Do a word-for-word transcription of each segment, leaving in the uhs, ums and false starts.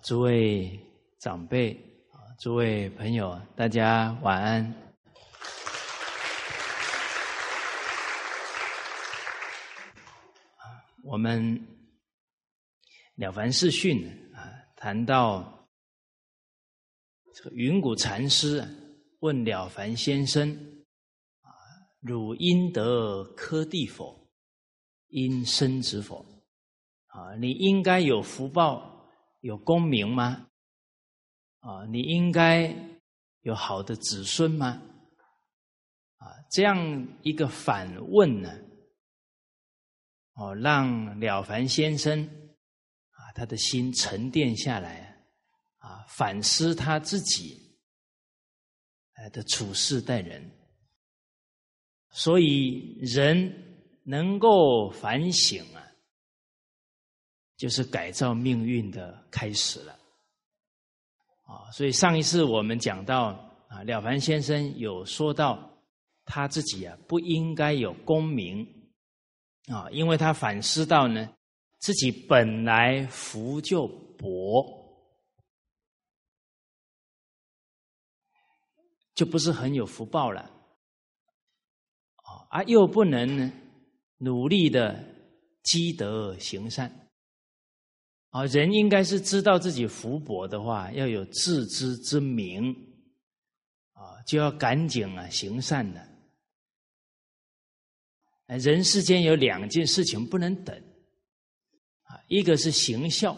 诸位长辈、诸位朋友，大家晚安。我们《了凡四训》啊，谈到这个云谷禅师问了凡先生啊：“汝应得科第否？因生子否？啊，你应该有福报、有功名吗？啊，你应该有好的子孙吗？”啊，这样一个反问呢，哦，让了凡先生啊，他的心沉淀下来啊，反思他自己的处事待人。所以人能够反省啊，就是改造命运的开始了。啊，所以上一次我们讲到啊，了凡先生有说到他自己啊不应该有功名啊，因为他反思到呢，自己本来福就薄，就不是很有福报了啊，又不能呢努力的积德行善啊。人应该是知道自己福薄的话，要有自知之明啊，就要赶紧啊行善的。人世间有两件事情不能等啊，一个是行孝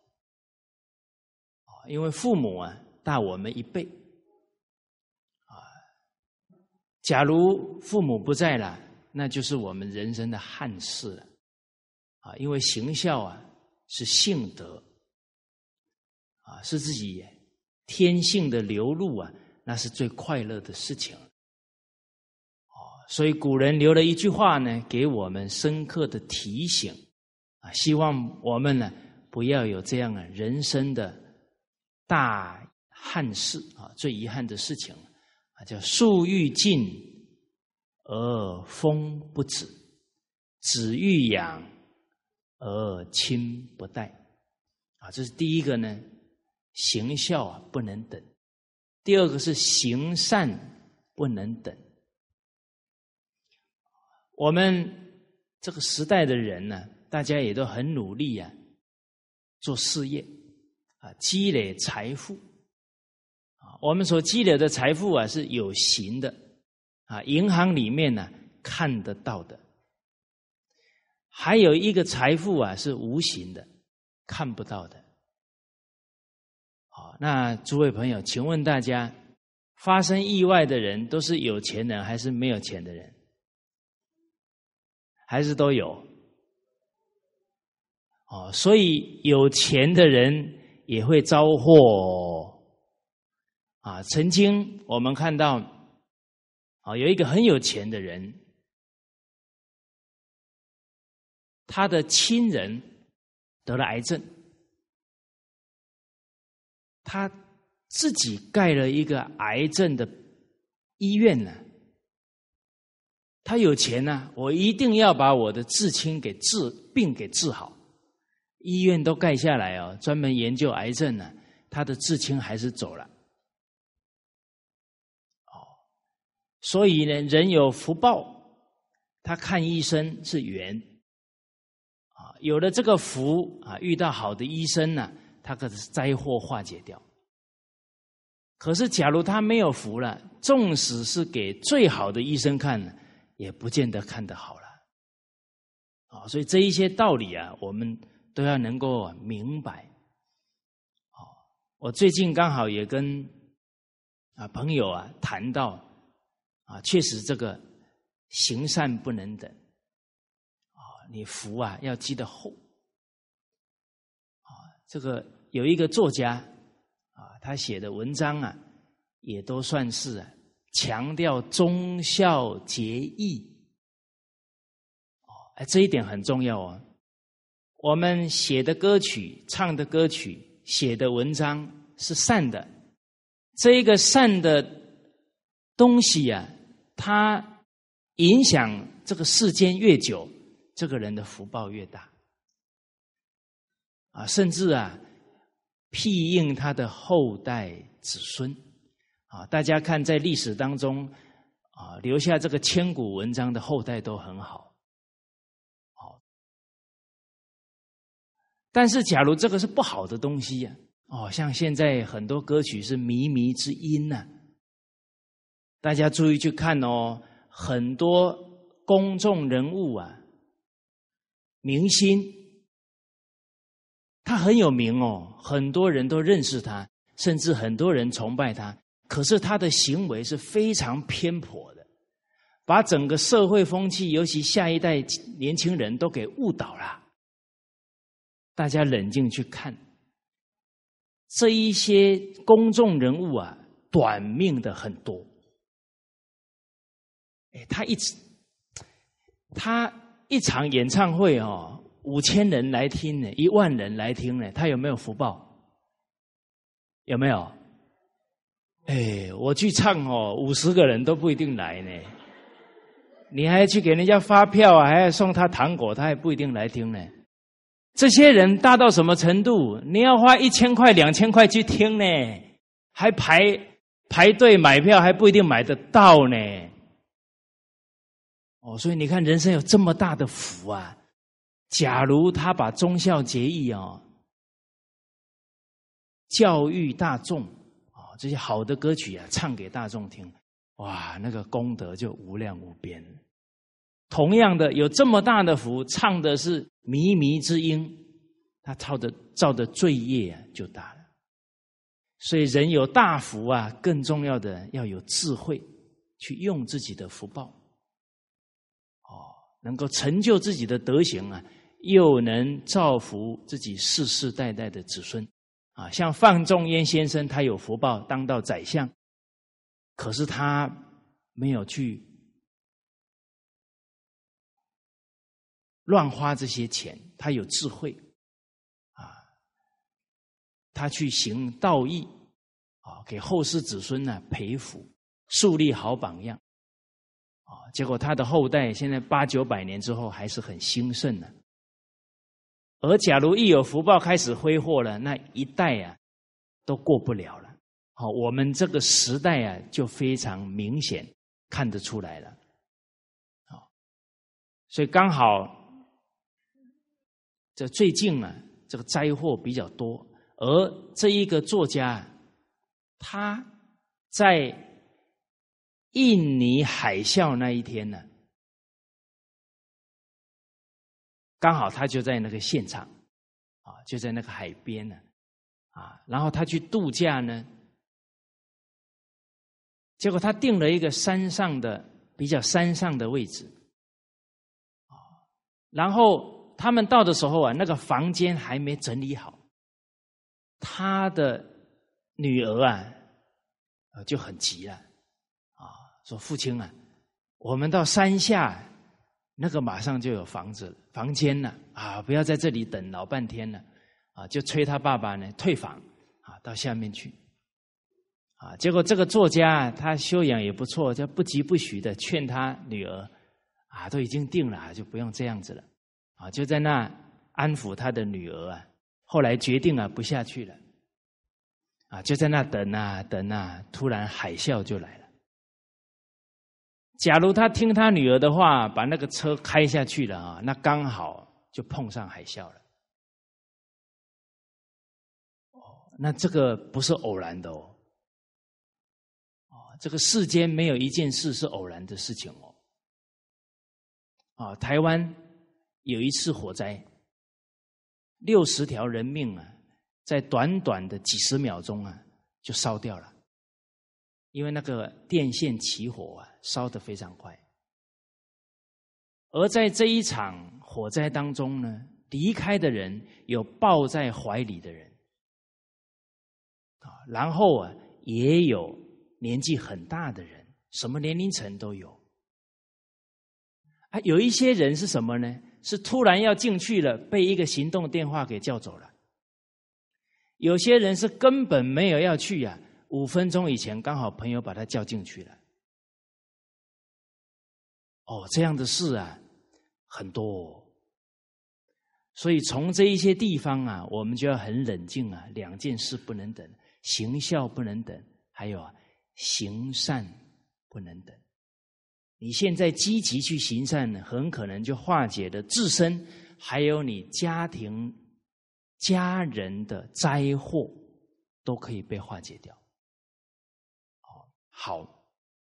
啊，因为父母啊大我们一辈啊，假如父母不在了，那就是我们人生的憾事了啊，因为行孝啊是性德啊，是自己天性的流露啊，那是最快乐的事情。所以古人留了一句话呢，给我们深刻的提醒啊，希望我们呢不要有这样啊人生的大憾事啊，最遗憾的事情啊，叫树欲静而风不止，子欲养而亲不待啊，这是第一个呢，行孝啊不能等；第二个是行善不能等。我们这个时代的人呢，大家也都很努力啊，做事业啊，积累财富啊。我们所积累的财富啊，是有形的啊，银行里面呢看得到的。还有一个财富啊是无形的，看不到的。好，那诸位朋友，请问大家，发生意外的人都是有钱人还是没有钱的人？还是都有哦，所以有钱的人也会遭祸啊。曾经我们看到啊，有一个很有钱的人，他的亲人得了癌症，他自己盖了一个癌症的医院呢。他有钱呢、啊，我一定要把我的至亲给治病给治好。医院都盖下来哦，专门研究癌症呢、啊，他的至亲还是走了。哦，所以呢，人有福报，他看医生是缘啊，有了这个福啊，遇到好的医生呢、啊，他可是灾祸化解掉。可是假如他没有福了，纵使是给最好的医生看呢，也不见得看得好了啊，所以这一些道理啊，我们都要能够明白。好，我最近刚好也跟啊朋友啊谈到啊，确实这个行善不能等啊，你福啊要积得厚啊。这个有一个作家啊，他写的文章啊，也都算是啊。强调忠孝节义，哦，这一点很重要哦。我们写的歌曲、唱的歌曲、写的文章是善的，这一个善的东西啊，它影响这个世间越久，这个人的福报越大啊，甚至啊， 庇应他的后代子孙啊。大家看，在历史当中啊，留下这个千古文章的后代都很好。好，但是假如这个是不好的东西呀、啊，哦，像现在很多歌曲是靡靡之音呐、啊，大家注意去看哦，很多公众人物啊，明星。他很有名哦，很多人都认识他，甚至很多人崇拜他。可是他的行为是非常偏颇的，把整个社会风气，尤其下一代年轻人都给误导了。大家冷静去看，这一些公众人物啊，短命的很多。哎，他一直，他一场演唱会哦。五千人来听呢，一万人来听呢，他有没有福报？有没有？哎，我去唱哦，五十个人都不一定来呢。你还去给人家发票啊，还要送他糖果，他还不一定来听呢。这些人大到什么程度？你要花一千块、两千块去听呢，还排排队买票，还不一定买得到呢。哦，所以你看，人生有这么大的福啊！假如他把忠孝节义哦，教育大众啊，这些好的歌曲啊，唱给大众听，哇，那个功德就无量无边。同样的，有这么大的福，唱的是靡靡之音，他造的造的罪业啊就大了。所以人有大福啊，更重要的要有智慧，去用自己的福报，哦，能够成就自己的德行啊。又能造福自己世世代代的子孙啊！像范仲淹先生，他有福报当到宰相，可是他没有去乱花这些钱，他有智慧啊，他去行道义啊，给后世子孙呢培福，树立好榜样啊！结果他的后代现在八九百年之后还是很兴盛的。而假如一有福报开始挥霍了，那一代啊都过不了了。好，我们这个时代啊就非常明显看得出来了。好，所以刚好这最近啊这个灾祸比较多，而这一个作家他在印尼海啸那一天呢，刚好他就在那个现场啊，就在那个海边呢啊，然后他去度假呢，结果他定了一个山上的比较山上的位置啊，然后他们到的时候啊，那个房间还没整理好，他的女儿啊就很急了啊，说父亲啊，我们到山下。那个马上就有房子房间了啊！不要在这里等老半天了啊！就催他爸爸呢退房啊，到下面去啊。结果这个作家他修养也不错，就不疾不徐的劝他女儿啊，都已经定了，就不用这样子了啊，就在那安抚他的女儿啊。后来决定啊不下去了啊，就在那等啊等啊，突然海啸就来了。假如他听他女儿的话，把那个车开下去了啊，那刚好就碰上海啸了。哦，那这个不是偶然的哦。哦，这个世间没有一件事是偶然的事情哦。啊，台湾有一次火灾，六十条人命啊，在短短的几十秒钟啊，就烧掉了。因为那个电线起火啊，烧得非常快。而在这一场火灾当中呢，离开的人有抱在怀里的人，啊，然后啊，也有年纪很大的人，什么年龄层都有。啊，有一些人是什么呢？是突然要进去了，被一个行动电话给叫走了。有些人是根本没有要去啊。五分钟以前，刚好朋友把他叫进去了。哦，这样的事啊，很多哦。 所以从这一些地方啊，我们就要很冷静啊，两件事不能等，行孝不能等，还有啊，行善不能等。你现在积极去行善呢，很可能就化解了自身还有你家庭家人的灾祸，都可以被化解掉。好，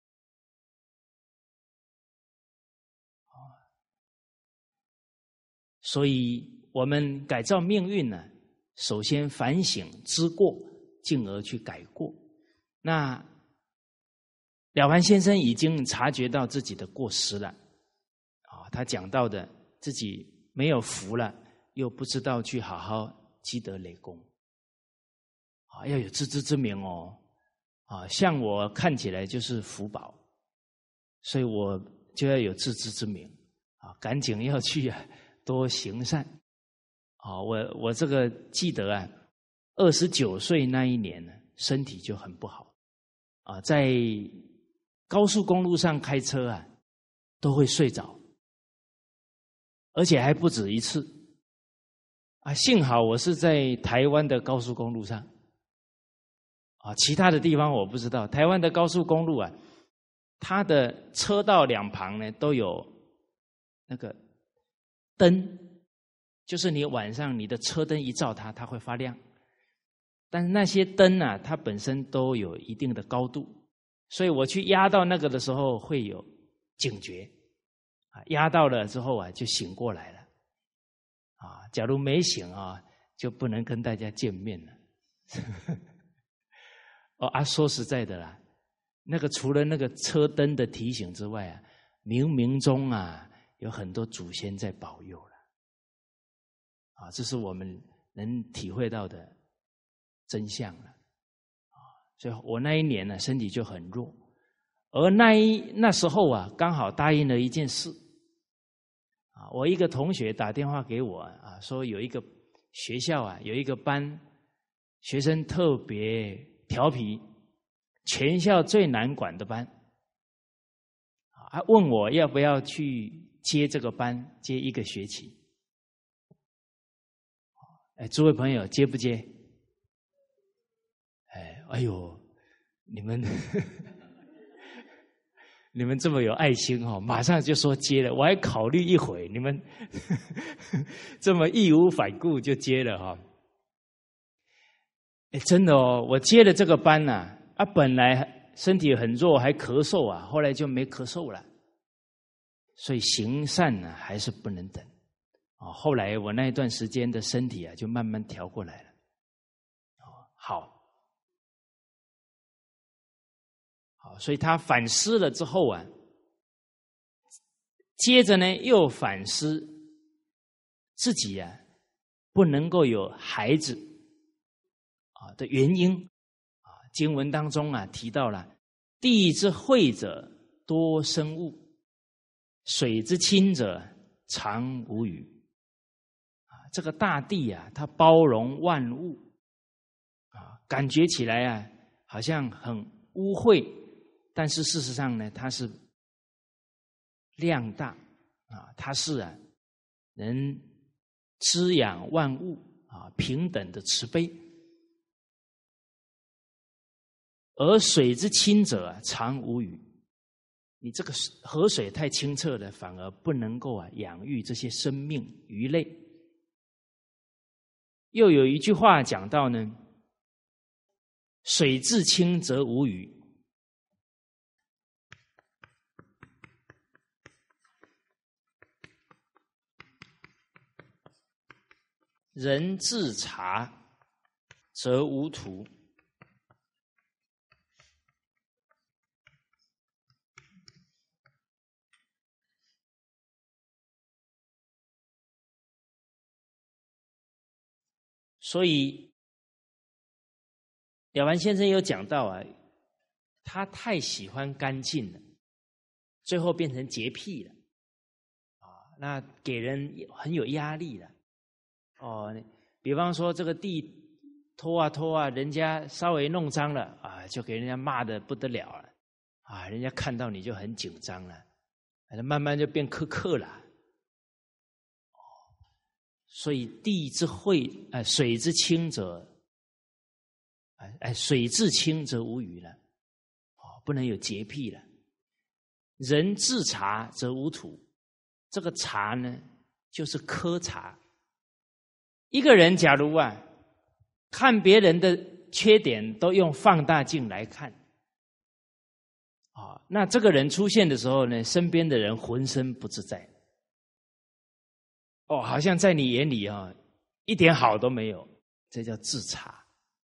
所以我们改造命运呢，首先反省知过，进而去改过。那了凡先生已经察觉到自己的过失了，啊，他讲到的自己没有福了，又不知道去好好积德累功，啊，要有自知之明哦，啊，像我看起来就是福宝，所以我就要有自知之明，啊，赶紧要去啊多行善，啊，我我这个记得啊，二十九岁那一年呢，身体就很不好，啊，在高速公路上开车啊，都会睡着，而且还不止一次。啊，幸好我是在台湾的高速公路上，啊，其他的地方我不知道。台湾的高速公路啊，它的车道两旁呢都有那个灯，就是你晚上你的车灯一照它，它会发亮。但是那些灯啊，它本身都有一定的高度。所以我去压到那个的时候会有警觉，啊，压到了之后啊就醒过来了，啊，假如没醒啊就不能跟大家见面了。哦啊，说实在的啦，那个除了那个车灯的提醒之外啊，冥冥中啊有很多祖先在保佑了，啊，这是我们能体会到的真相了。所以我那一年呢，身体就很弱，而那一那时候啊，刚好答应了一件事，啊，我一个同学打电话给我啊，说有一个学校啊，有一个班学生特别调皮，全校最难管的班，啊，问我要不要去接这个班，接一个学期。哎，诸位朋友，接不接？哎呦，你们你们这么有爱心哦，马上就说接了，我还考虑一会，你们这么义无反顾就接了哈。哎，真的哦，我接了这个班呐，啊，本来身体很弱，还咳嗽啊，后来就没咳嗽了。所以行善呢，还是不能等啊。后来我那一段时间的身体啊，就慢慢调过来了。好。好，所以他反思了之后啊，接着呢又反思自己啊不能够有孩子啊的原因啊。经文当中啊提到了地之惠者多生物，水之清者常无鱼啊。这个大地啊，它包容万物啊，感觉起来啊好像很污秽。但是事实上呢，它是量大啊，它是啊能滋养万物啊，平等的慈悲。而水之清者啊，常无鱼。你这个河水太清澈了，反而不能够啊养育这些生命鱼类。又有一句话讲到呢，水至清则无鱼。人自察则无徒。所以了凡先生有讲到啊，他太喜欢干净了，最后变成洁癖了啊，那给人很有压力了。哦，比方说这个地拖啊拖啊，人家稍微弄脏了啊，就给人家骂得不得了了啊，人家看到你就很紧张了，慢慢就变苛刻了。 所以地之晦，呃，水之清者，哎哎，水至清则无鱼了，哦，不能有洁癖了。人自察则无土，这个察呢，就是苛察。一个人假如啊，看别人的缺点都用放大镜来看，啊，那这个人出现的时候呢，身边的人浑身不自在。哦，好像在你眼里啊，一点好都没有，这叫自察。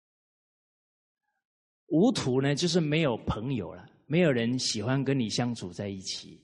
无土呢，就是没有朋友了，没有人喜欢跟你相处在一起。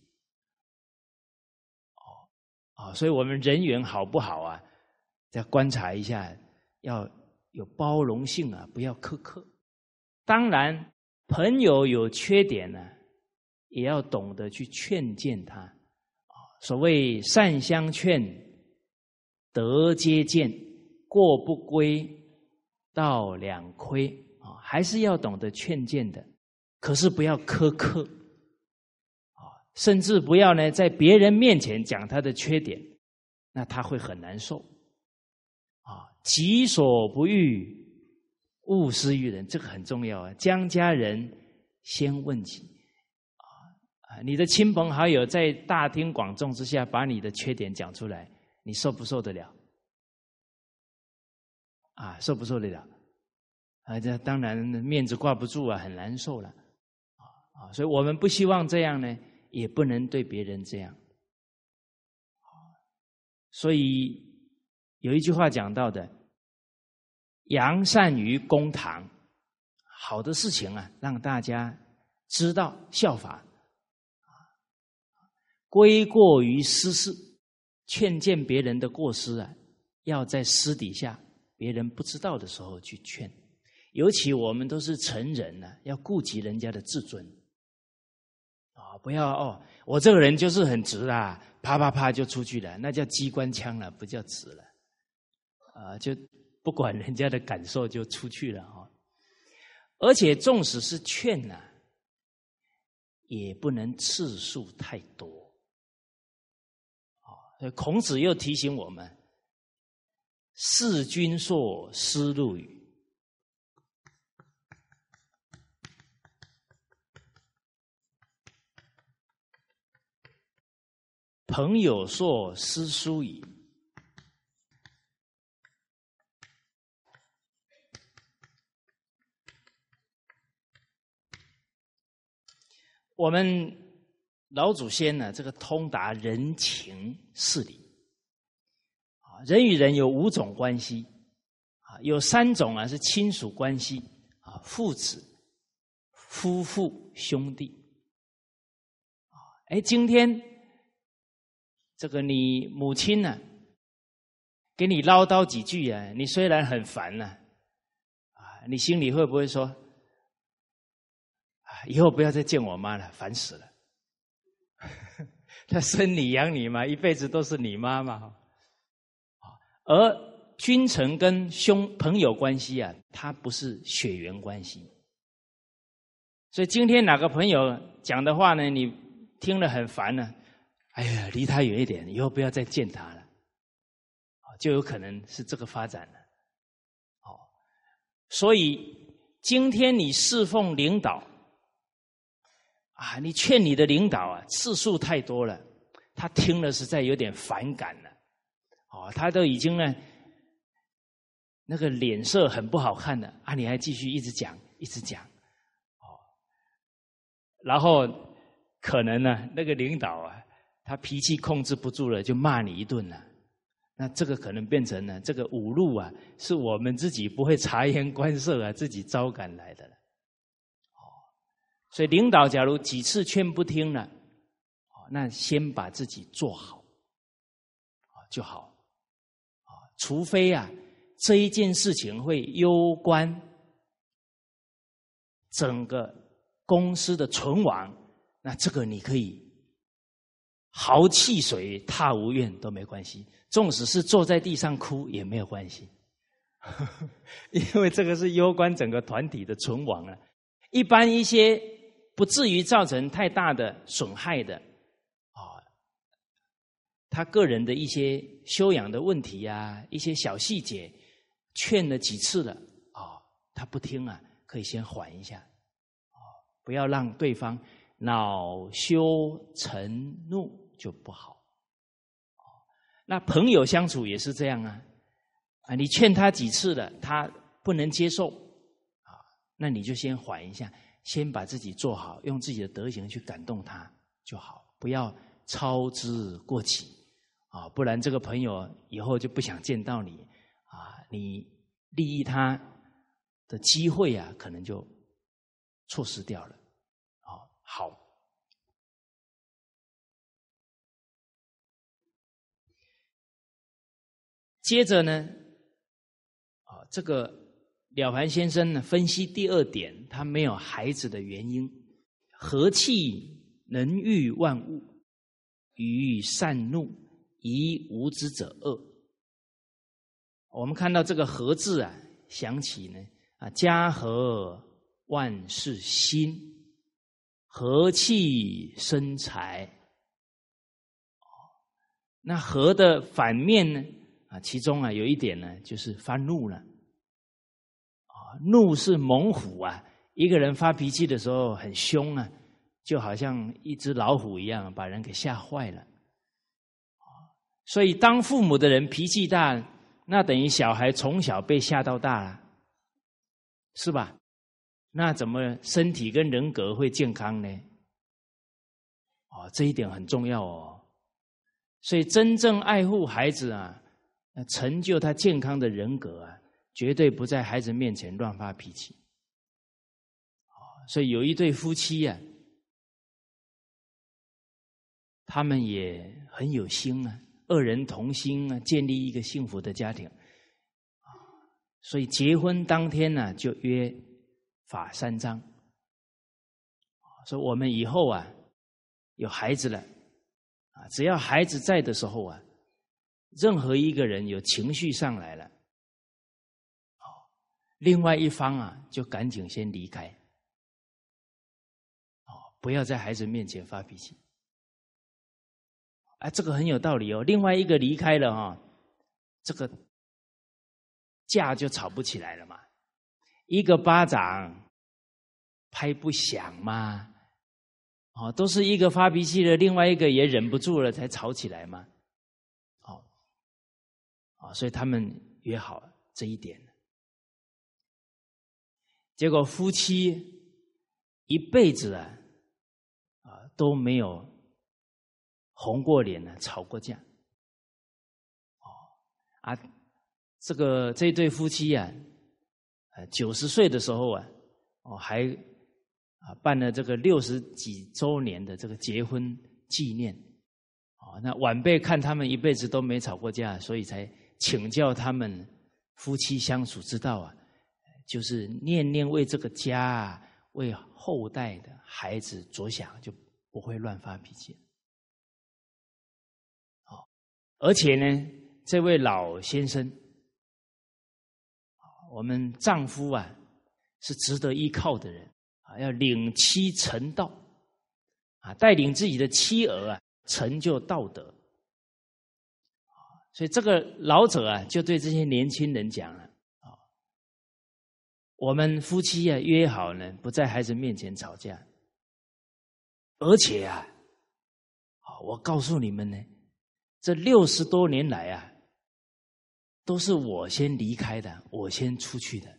哦，啊，所以我们人缘好不好啊？再观察一下，要有包容性啊，不要苛刻。当然，朋友有缺点呢，也要懂得去劝谏他。所谓善相劝，德皆见，过不归，道两亏啊，还是要懂得劝谏的。可是不要苛刻啊，甚至不要呢在别人面前讲他的缺点，那他会很难受啊。己所不欲，勿施于人，这个很重要啊。将家人先问己啊，你的亲朋好友在大庭广众之下把你的缺点讲出来，你受不受得了？啊，受不受得了？啊，这当然面子挂不住啊，很难受了。啊，所以我们不希望这样呢，也不能对别人这样。所以有一句话讲到的，扬善于公堂，好的事情啊，让大家知道效法。归过于私事，劝谏别人的过失啊，要在私底下别人不知道的时候去劝。尤其我们都是成人了，要顾及人家的自尊啊，不要哦，我这个人就是很直啦，啪啪啪就出去了，那叫机关枪了，不叫直了啊，就不管人家的感受就出去了哈。而且纵使是劝呐、啊，也不能次数太多啊。所以孔子又提醒我们：事君说，思路语。朋友说，诗书语。我们老祖先呢，这个通达人情事理啊，人与人有五种关系啊，有三种啊是亲属关系啊，父子、夫妇、兄弟啊。哎，今天这个你母亲呢、啊，给你唠叨几句啊，你虽然很烦呢、啊，啊，你心里会不会说？以后不要再见我妈了，烦死了。她生你养你嘛，一辈子都是你妈嘛。而君臣跟兄朋友关系啊，它不是血缘关系。所以今天哪个朋友讲的话呢，你听了很烦呢、啊，哎呀，离他远一点，以后不要再见他了，就有可能是这个发展了。所以今天你侍奉领导。啊，你劝你的领导啊，次数太多了，他听了实在有点反感了。哦，他都已经呢，那个脸色很不好看了啊，你还继续一直讲，一直讲，哦，然后可能呢，那个领导啊，他脾气控制不住了，就骂你一顿了。那这个可能变成了这个侮辱啊，是我们自己不会察言观色啊，自己招感来的了。所以领导假如几次劝不听了，那先把自己做好就好。除非啊这一件事情会攸关整个公司的存亡，那这个你可以豪气水踏无怨都没关系，纵使是坐在地上哭也没有关系。因为这个是攸关整个团体的存亡啊。一般一些不至于造成太大的损害的啊， 他个人的一些修养的问题啊，一些小细节，劝了几次了啊、哦，他不听啊，可以先缓一下，哦，不要让对方恼羞成怒就不好。哦，那朋友相处也是这样啊，啊，你劝他几次了，他不能接受啊，那你就先缓一下，先把自己做好，用自己的德行去感动他就好，不要操之过急啊，不然这个朋友以后就不想见到你啊，你利益他的机会啊，可能就错失掉了。啊，好，接着呢，啊，这个了凡先生呢分析第二点，他没有孩子的原因，和气能御万物，与善怒，宜无知者恶。我们看到这个和字啊，想起呢啊，家和万事兴，和气生财。那和的反面呢啊，其中啊有一点呢，就是发怒了。啊，怒是猛虎啊，一个人发脾气的时候很凶啊，就好像一只老虎一样，把人给吓坏了。所以当父母的人脾气大，那等于小孩从小被吓到大了，是吧？那怎么身体跟人格会健康呢？哦，这一点很重要哦。所以真正爱护孩子啊，成就他健康的人格啊，绝对不在孩子面前乱发脾气。所以有一对夫妻啊，他们也很有心啊，二人同心啊，建立一个幸福的家庭。所以结婚当天呢、啊，就约法三章，说我们以后啊有孩子了啊，只要孩子在的时候啊，任何一个人有情绪上来了，另外一方啊就赶紧先离开，不要在孩子面前发脾气。啊，这个很有道理哦。另外一个离开了哈、哦，这个架就吵不起来了嘛。一个巴掌拍不响嘛，哦，都是一个发脾气了，另外一个也忍不住了才吵起来嘛。哦，哦，所以他们约好这一点。结果夫妻一辈子啊，啊都没有红过脸呢，吵过架。哦啊，这个这对夫妻啊，呃，九十岁的时候啊，哦还啊办了这个六十几周年的这个结婚纪念。哦，那晚辈看他们一辈子都没吵过架，所以才请教他们夫妻相处之道啊，就是念念为这个家啊，为后代的孩子着想，就不会乱发脾气。而且呢，这位老先生，我们丈夫啊是值得依靠的人啊，要领妻成道啊，带领自己的妻儿啊成就道德。所以这个老者啊，就对这些年轻人讲了啊，我们夫妻啊约好呢，不在孩子面前吵架，而且啊，我告诉你们呢。这六十多年来啊，都是我先离开的，我先出去的。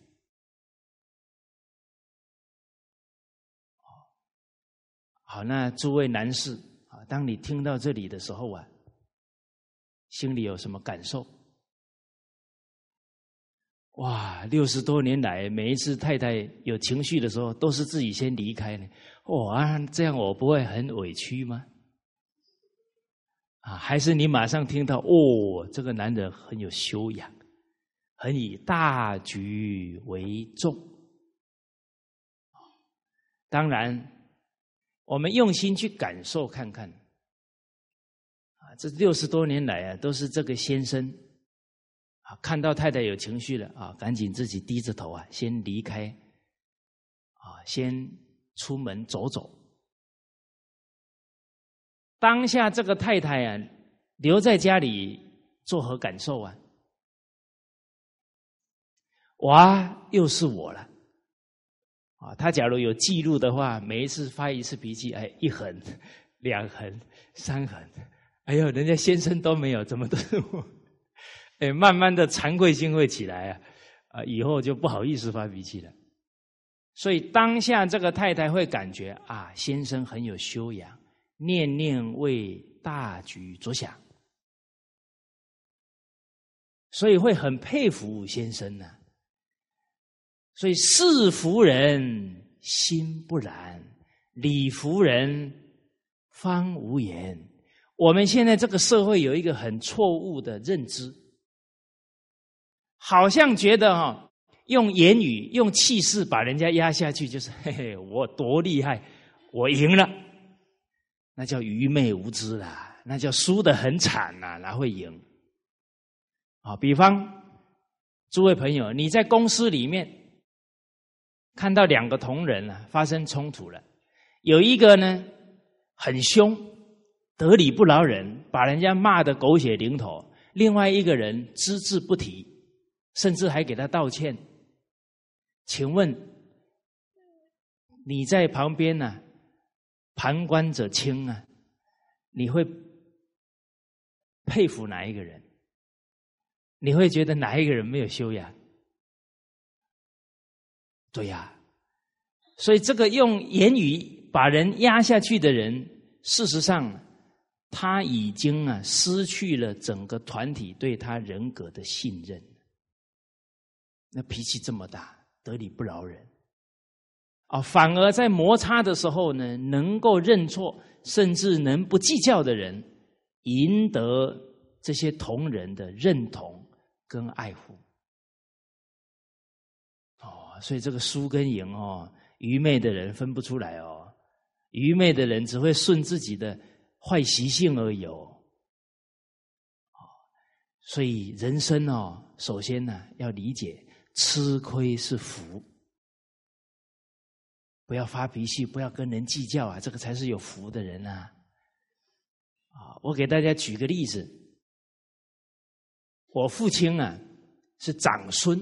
好，那诸位男士啊，当你听到这里的时候啊，心里有什么感受？哇，六十多年来，每一次太太有情绪的时候，都是自己先离开呢。哇，这样我不会很委屈吗？啊，还是你马上听到哦，这个男人很有修养，很以大局为重。当然，我们用心去感受看看，啊，这六十多年来啊，都是这个先生啊，看到太太有情绪了啊，赶紧自己低着头啊，先离开，啊，先出门走走。当下这个太太啊， 留在家里作何感受啊？哇，又是我了啊！他假如有记录的话，每一次发一次脾气，哎，一横、两横、三横，哎呦，人家先生都没有，怎么都是我？哎，慢慢的惭愧心会起来啊，啊，以后就不好意思发脾气了。所以当下这个太太会感觉啊，先生很有修养，念念为大局着想，所以会很佩服先生呢、啊。所以事服人心不然，理服人方无言。我们现在这个社会有一个很错误的认知，好像觉得哈、哦，用言语、用气势把人家压下去，就是嘿嘿，我多厉害，我赢了，那叫愚昧无知啦，那叫输得很惨啦，哪会赢？啊，比方诸位朋友，你在公司里面看到两个同仁啊发生冲突了，有一个呢很凶，得理不饶人，把人家骂得狗血淋头；另外一个人只字不提，甚至还给他道歉。请问你在旁边呢、啊，旁观者清啊，你会佩服哪一个人？你会觉得哪一个人没有修养？对呀、啊，所以这个用言语把人压下去的人，事实上他已经啊失去了整个团体对他人格的信任。那脾气这么大，得理不饶人啊，反而在摩擦的时候呢，能够认错，甚至能不计较的人，赢得这些同仁的认同跟爱护。哦，所以这个输跟赢哦，愚昧的人分不出来哦，愚昧的人只会顺自己的坏习性而已哦。所以人生哦，首先呢、啊、要理解吃亏是福，不要发脾气，不要跟人计较啊，这个才是有福的人啊。啊，我给大家举个例子，我父亲啊是长孙，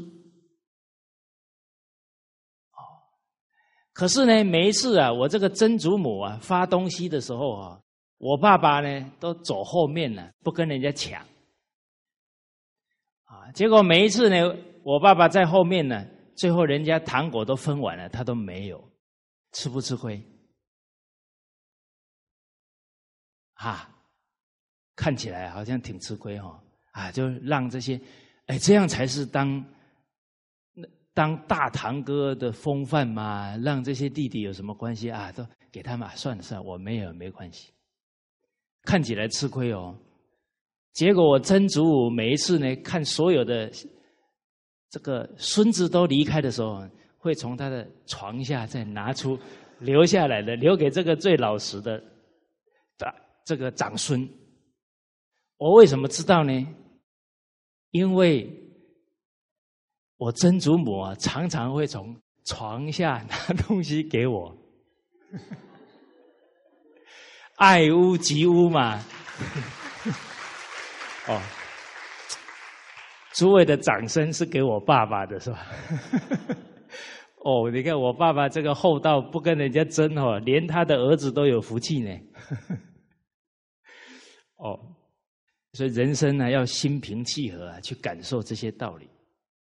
哦，可是呢，每一次啊，我这个曾祖母啊发东西的时候啊，我爸爸呢都走后面了，不跟人家抢，啊，结果每一次呢，我爸爸在后面呢，最后人家糖果都分完了，他都没有，吃不吃亏？啊，看起来好像挺吃亏哈、哦，啊，就让这些，哎，这样才是当当大堂哥的风范嘛，让这些弟弟有什么关系啊？都给他们、啊、算了算了，我没有没关系，看起来吃亏哦。结果我曾祖母每一次呢，看所有的这个孙子都离开的时候，会从他的床下再拿出留下来的，留给这个最老实的这个长孙。我为什么知道呢？因为我曾祖母啊，常常会从床下拿东西给我，爱屋及乌嘛。哦，诸位的掌声是给我爸爸的是吧？哦，你看我爸爸这个厚道，不跟人家争哦，连他的儿子都有福气呢。哦，所以人生呢、啊、要心平气和啊，去感受这些道理。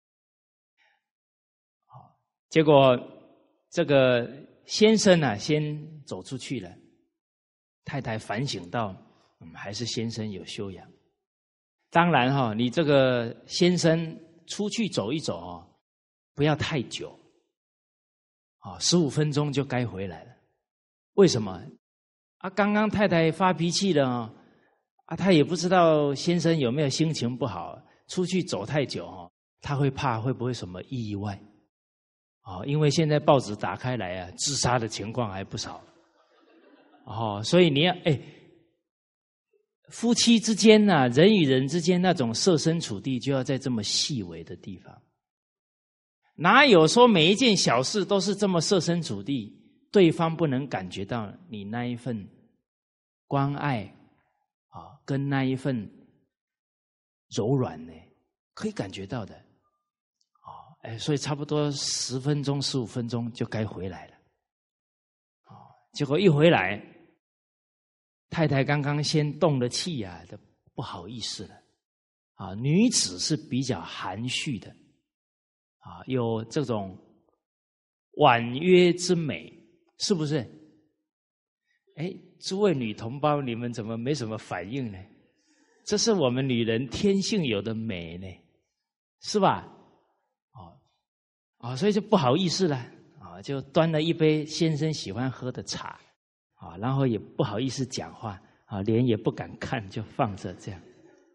好，结果这个先生啊先走出去了，太太反省到，嗯，还是先生有修养。当然哈、哦，你这个先生出去走一走哦，不要太久，啊、哦，十五分钟就该回来了。为什么？啊，刚刚太太发脾气了哦。啊，他也不知道先生有没有心情不好，出去走太久哦，他会怕会不会什么意外，哦，因为现在报纸打开来啊，自杀的情况还不少，哦，所以你要哎，夫妻之间呐、啊，人与人之间那种设身处地，就要在这么细微的地方，哪有说每一件小事都是这么设身处地，对方不能感觉到你那一份关爱。 啊，跟那一份柔软呢，可以感觉到的。啊，哎，所以差不多十分钟、十五分钟就该回来了。啊，结果一回来，太太刚刚先动了气啊，就不好意思了。啊，女子是比较含蓄的，啊，有这种婉约之美，是不是？哎，诸位女同胞，你们怎么没什么反应呢？这是我们女人天性有的美呢，是吧？哦，啊，所以就不好意思了，啊，就端了一杯先生喜欢喝的茶，啊，然后也不好意思讲话，啊，脸也不敢看，就放着这样。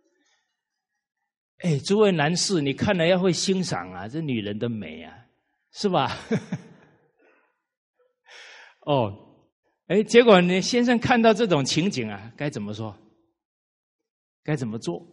哎，诸位男士，你看了要会欣赏啊，这女人的美啊，是吧？哦。哎，结果呢，先生看到这种情景啊，该怎么说？该怎么做？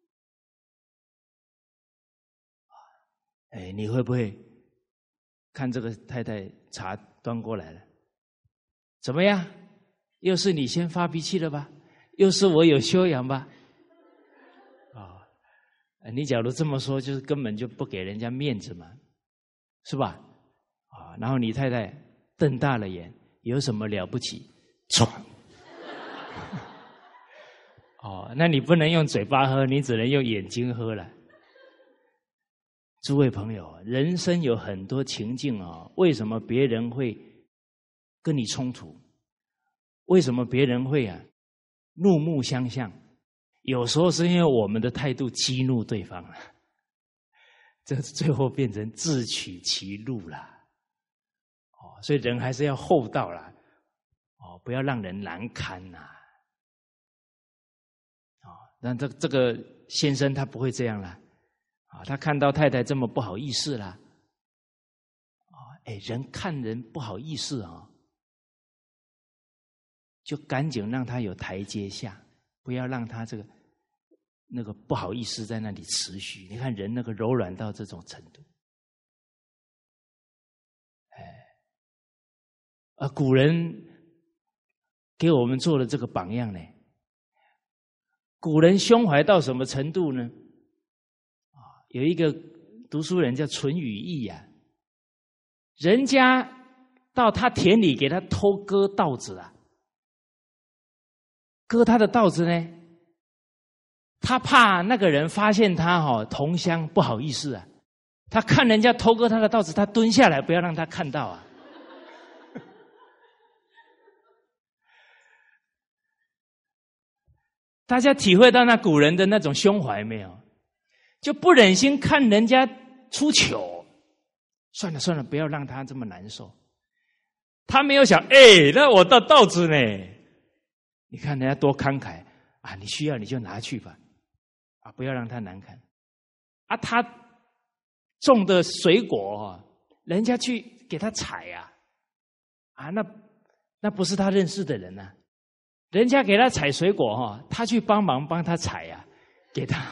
哎，你会不会看这个太太茶端过来了？怎么样？又是你先发脾气了吧？又是我有修养吧？啊、哦，你假如这么说，就是根本就不给人家面子嘛，是吧？啊、哦，然后你太太瞪大了眼。有什么了不起？唰！哦，那你不能用嘴巴喝，你只能用眼睛喝了。诸位朋友，人生有很多情境啊，为什么别人会跟你冲突？为什么别人会啊怒目相向？有时候是因为我们的态度激怒对方了，这最后变成自取其辱了。哦，所以人还是要厚道啦，哦，不要让人难堪呐。哦，那这这个先生他不会这样啦，啊，他看到太太这么不好意思啦，啊，哎，人看人不好意思啊，就赶紧让他有台阶下，不要让他这个那个不好意思在那里持续。你看人那个柔软到这种程度。啊，古人给我们做了这个榜样呢。古人胸怀到什么程度呢？啊，有一个读书人叫淳于意啊，人家到他田里给他偷割稻子啊，割他的稻子呢，他怕那个人发现他哈、哦、同乡不好意思啊，他看人家偷割他的稻子，他蹲下来不要让他看到啊。大家体会到那古人的那种胸怀没有？就不忍心看人家出糗，算了算了，不要让他这么难受。他没有想，哎，那我的稻子呢？你看人家多慷慨啊！你需要你就拿去吧，啊，不要让他难堪。啊，他种的水果，人家去给他采呀、啊，啊，那那不是他认识的人啊。人家给他采水果哈，他去帮忙帮他采呀、啊，给他。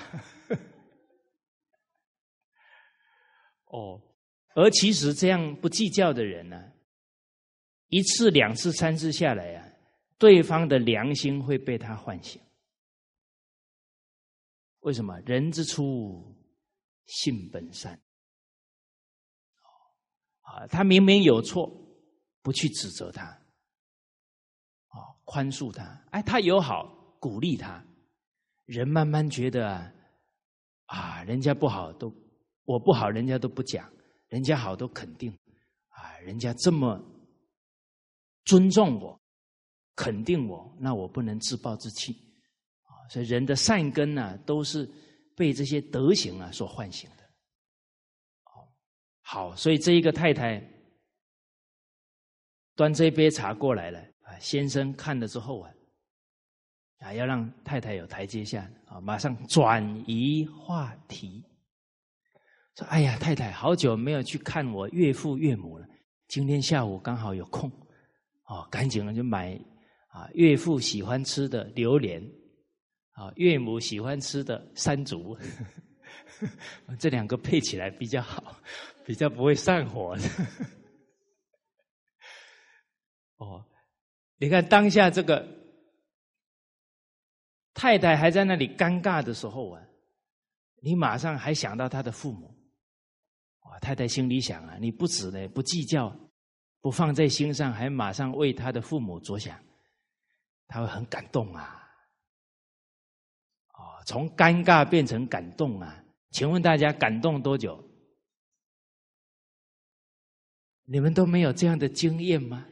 哦，而其实这样不计较的人呢、啊，一次、两次、三次下来啊，对方的良心会被他唤醒。为什么？人之初，性本善。啊，他明明有错，不去指责他。哦，宽恕他，哎，他有好，鼓励他，人慢慢觉得啊，啊，人家不好都我不好，人家都不讲，人家好都肯定，啊，人家这么尊重我，肯定我，那我不能自暴自弃啊。所以人的善根呢、啊，都是被这些德行啊所唤醒的。好，所以这一个太太端这杯茶过来了。先生看了之后啊，啊，要让太太有台阶下啊，马上转移话题，说：“哎呀，太太，好久没有去看我岳父岳母了，今天下午刚好有空，哦，赶紧了就买啊岳父喜欢吃的榴莲，啊岳母喜欢吃的山竹，这两个配起来比较好，比较不会上火。”哦。你看当下这个太太还在那里尴尬的时候啊，你马上还想到他的父母。哇，太太心里想啊，你不止呢，不计较，不放在心上，还马上为他的父母着想，他会很感动啊。哦，从尴尬变成感动啊！请问大家感动多久？你们都没有这样的经验吗？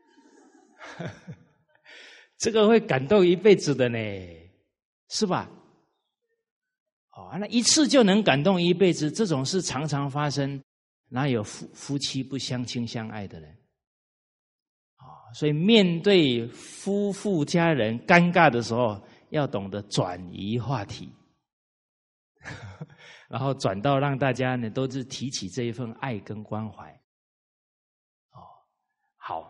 这个会感动一辈子的呢，是吧？哦，那一次就能感动一辈子，这种事常常发生，哪有夫夫妻不相亲相爱的人？啊、哦，所以面对夫妇家人尴尬的时候，要懂得转移话题，然后转到让大家呢都是提起这一份爱跟关怀。哦，好。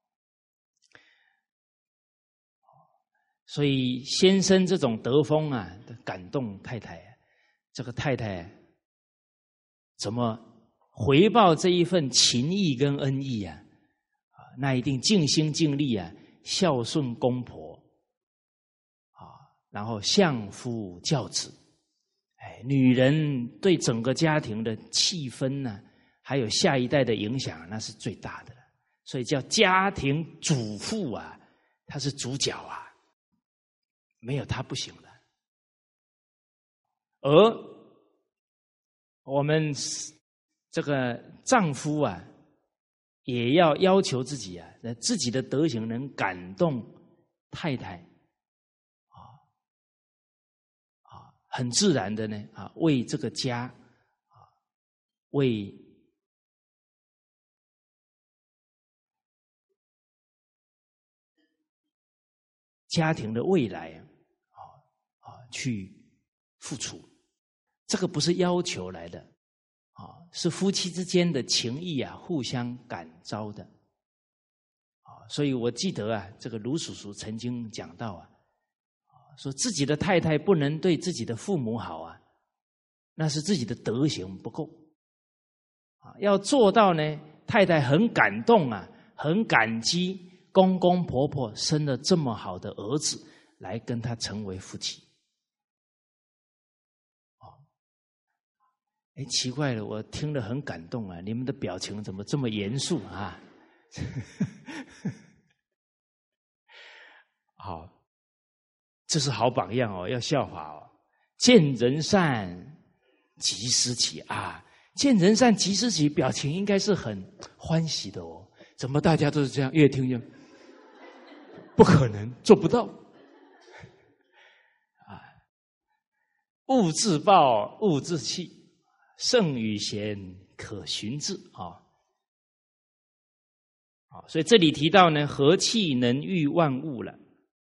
所以先生这种德风啊，感动太太，这个太太怎么回报这一份情谊跟恩义啊？那一定尽心尽力啊，孝顺公婆啊，然后相夫教子。哎，女人对整个家庭的气氛呢、啊，还有下一代的影响，那是最大的了。所以叫家庭主妇啊，她是主角啊，没有她不行的。而我们这个丈夫啊，也要要求自己啊，自己的德行能感动太太，啊啊，很自然的呢啊，为这个家啊，为家庭的未来啊啊去付出。这个不是要求来的啊，是夫妻之间的情谊啊，互相感召的啊。所以我记得啊，这个卢叔叔曾经讲到啊，说自己的太太不能对自己的父母好啊，那是自己的德行不够啊。要做到呢，太太很感动啊，很感激公公婆婆生了这么好的儿子，来跟他成为夫妻。哎，奇怪了，我听了很感动啊！你们的表情怎么这么严肃啊？好，这是好榜样哦，要效法哦。见人善，即思齐啊！见人善，即思齐，表情应该是很欢喜的哦。怎么大家都是这样？越听越不可能，做不到啊！勿自暴，勿自弃。圣与贤，可循之啊！啊，所以这里提到呢，和气能育万物了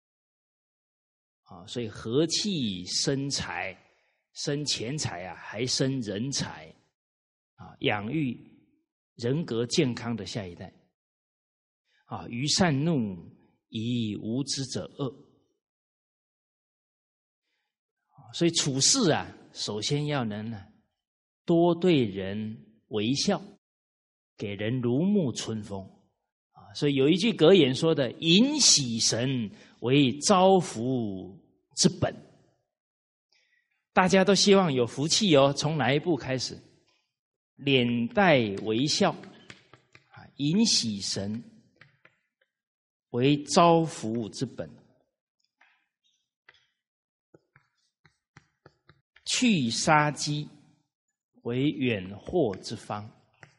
啊，所以和气生财，生钱财啊，还生人才啊，养育人格健康的下一代啊，于善怒，以无知者恶。所以处事啊，首先要能呢。多对人微笑，给人如沐春风啊！所以有一句格言说的：“迎喜神为招福之本。”大家都希望有福气哦。从哪一步开始？脸带微笑啊！迎喜神为招福之本，去杀机。为远祸之方。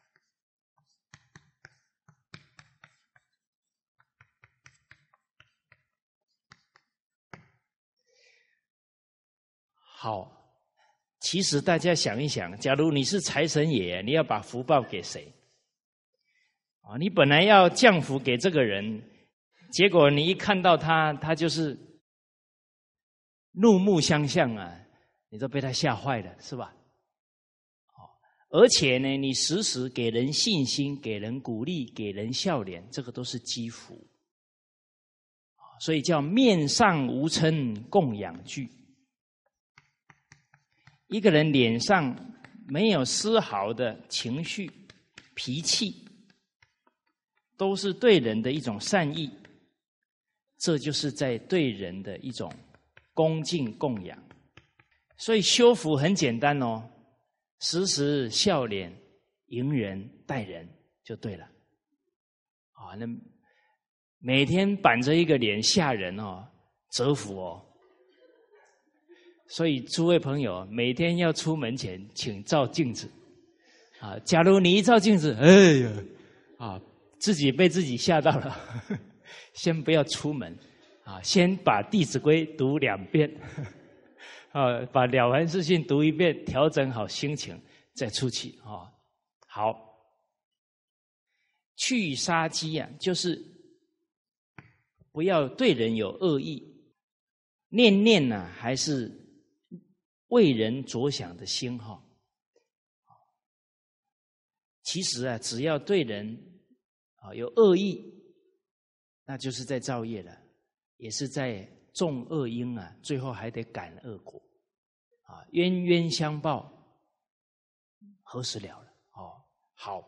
好，其实大家想一想，假如你是财神爷，你要把福报给谁？啊，你本来要降福给这个人，结果你一看到他，他就是怒目相向啊，你都被他吓坏了，是吧？而且呢，你时时给人信心，给人鼓励，给人笑脸，这个都是积福，所以叫面上无嗔供养具。一个人脸上没有丝毫的情绪、脾气，都是对人的一种善意，这就是在对人的一种恭敬供养。所以修福很简单哦，时时笑脸迎人待人就对了。啊，那每天板着一个脸吓人哦，折福哦。所以诸位朋友，每天要出门前，请照镜子。啊，假如你一照镜子，哎呀，啊，自己被自己吓到了，先不要出门。啊，先把《弟子规》读两遍，啊，把《了凡四训》读一遍，调整好心情，再出去啊。好，去杀机啊，就是不要对人有恶意，念念呢、啊、还是为人着想的心哈。其实啊，只要对人啊有恶意，那就是在造业了。也是在种恶因啊，最后还得感恶果，啊，冤冤相报，何时了了？哦，好。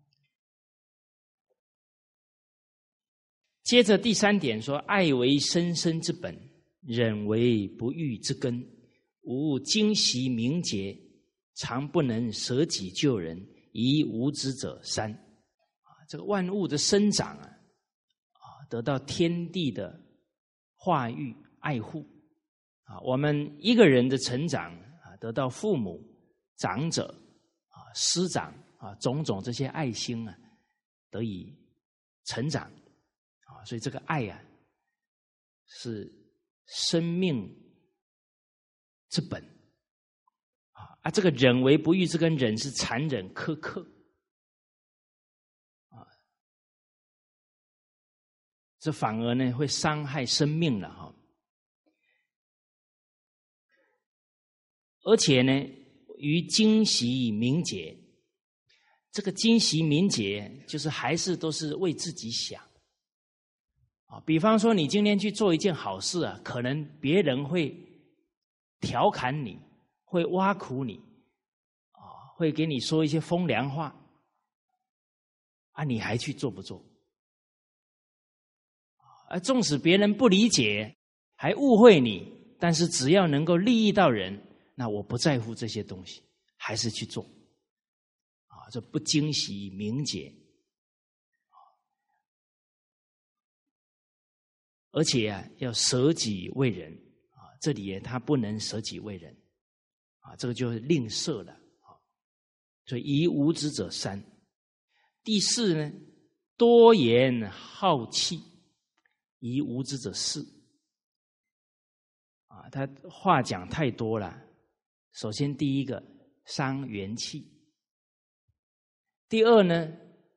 接着第三点说，爱为生生之本，忍为不育之根，无惊习名节，常不能舍己救人，宜无知者三。啊，这个万物的生长啊，啊，得到天地的化育爱护啊，我们一个人的成长啊，得到父母、长者啊、师长啊种种这些爱心啊，得以成长啊，所以这个爱啊，是生命之本啊。啊，这个忍为不育之根，忍是残忍苛刻啊，这反而呢会伤害生命了哈。而且呢，于惊习名节，这个惊习名节就是还是都是为自己想啊。比方说，你今天去做一件好事啊，可能别人会调侃你，会挖苦你啊，会给你说一些风凉话啊，你还去做不做？而纵使别人不理解，还误会你，但是只要能够利益到人，那我不在乎这些东西，还是去做。啊，这不惊习名节。而且啊，要舍己为人啊，这里他不能舍己为人啊，这个就是吝啬了啊。所以宜无知者三。第四呢，多言好气。宜无知者四啊，他话讲太多了。首先，第一个伤元气；第二呢，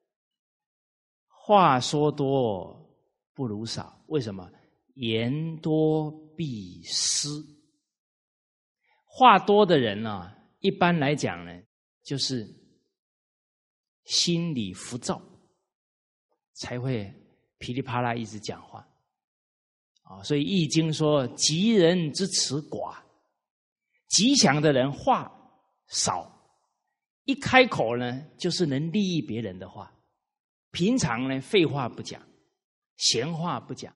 话说多不如少。为什么？言多必失。话多的人啊，一般来讲呢，就是心里浮躁，才会噼里啪啦一直讲话。啊，所以《易经》说：“吉人之辞寡。”吉祥的人话少，一开口呢，就是能利益别人的话。平常呢，废话不讲，闲话不讲。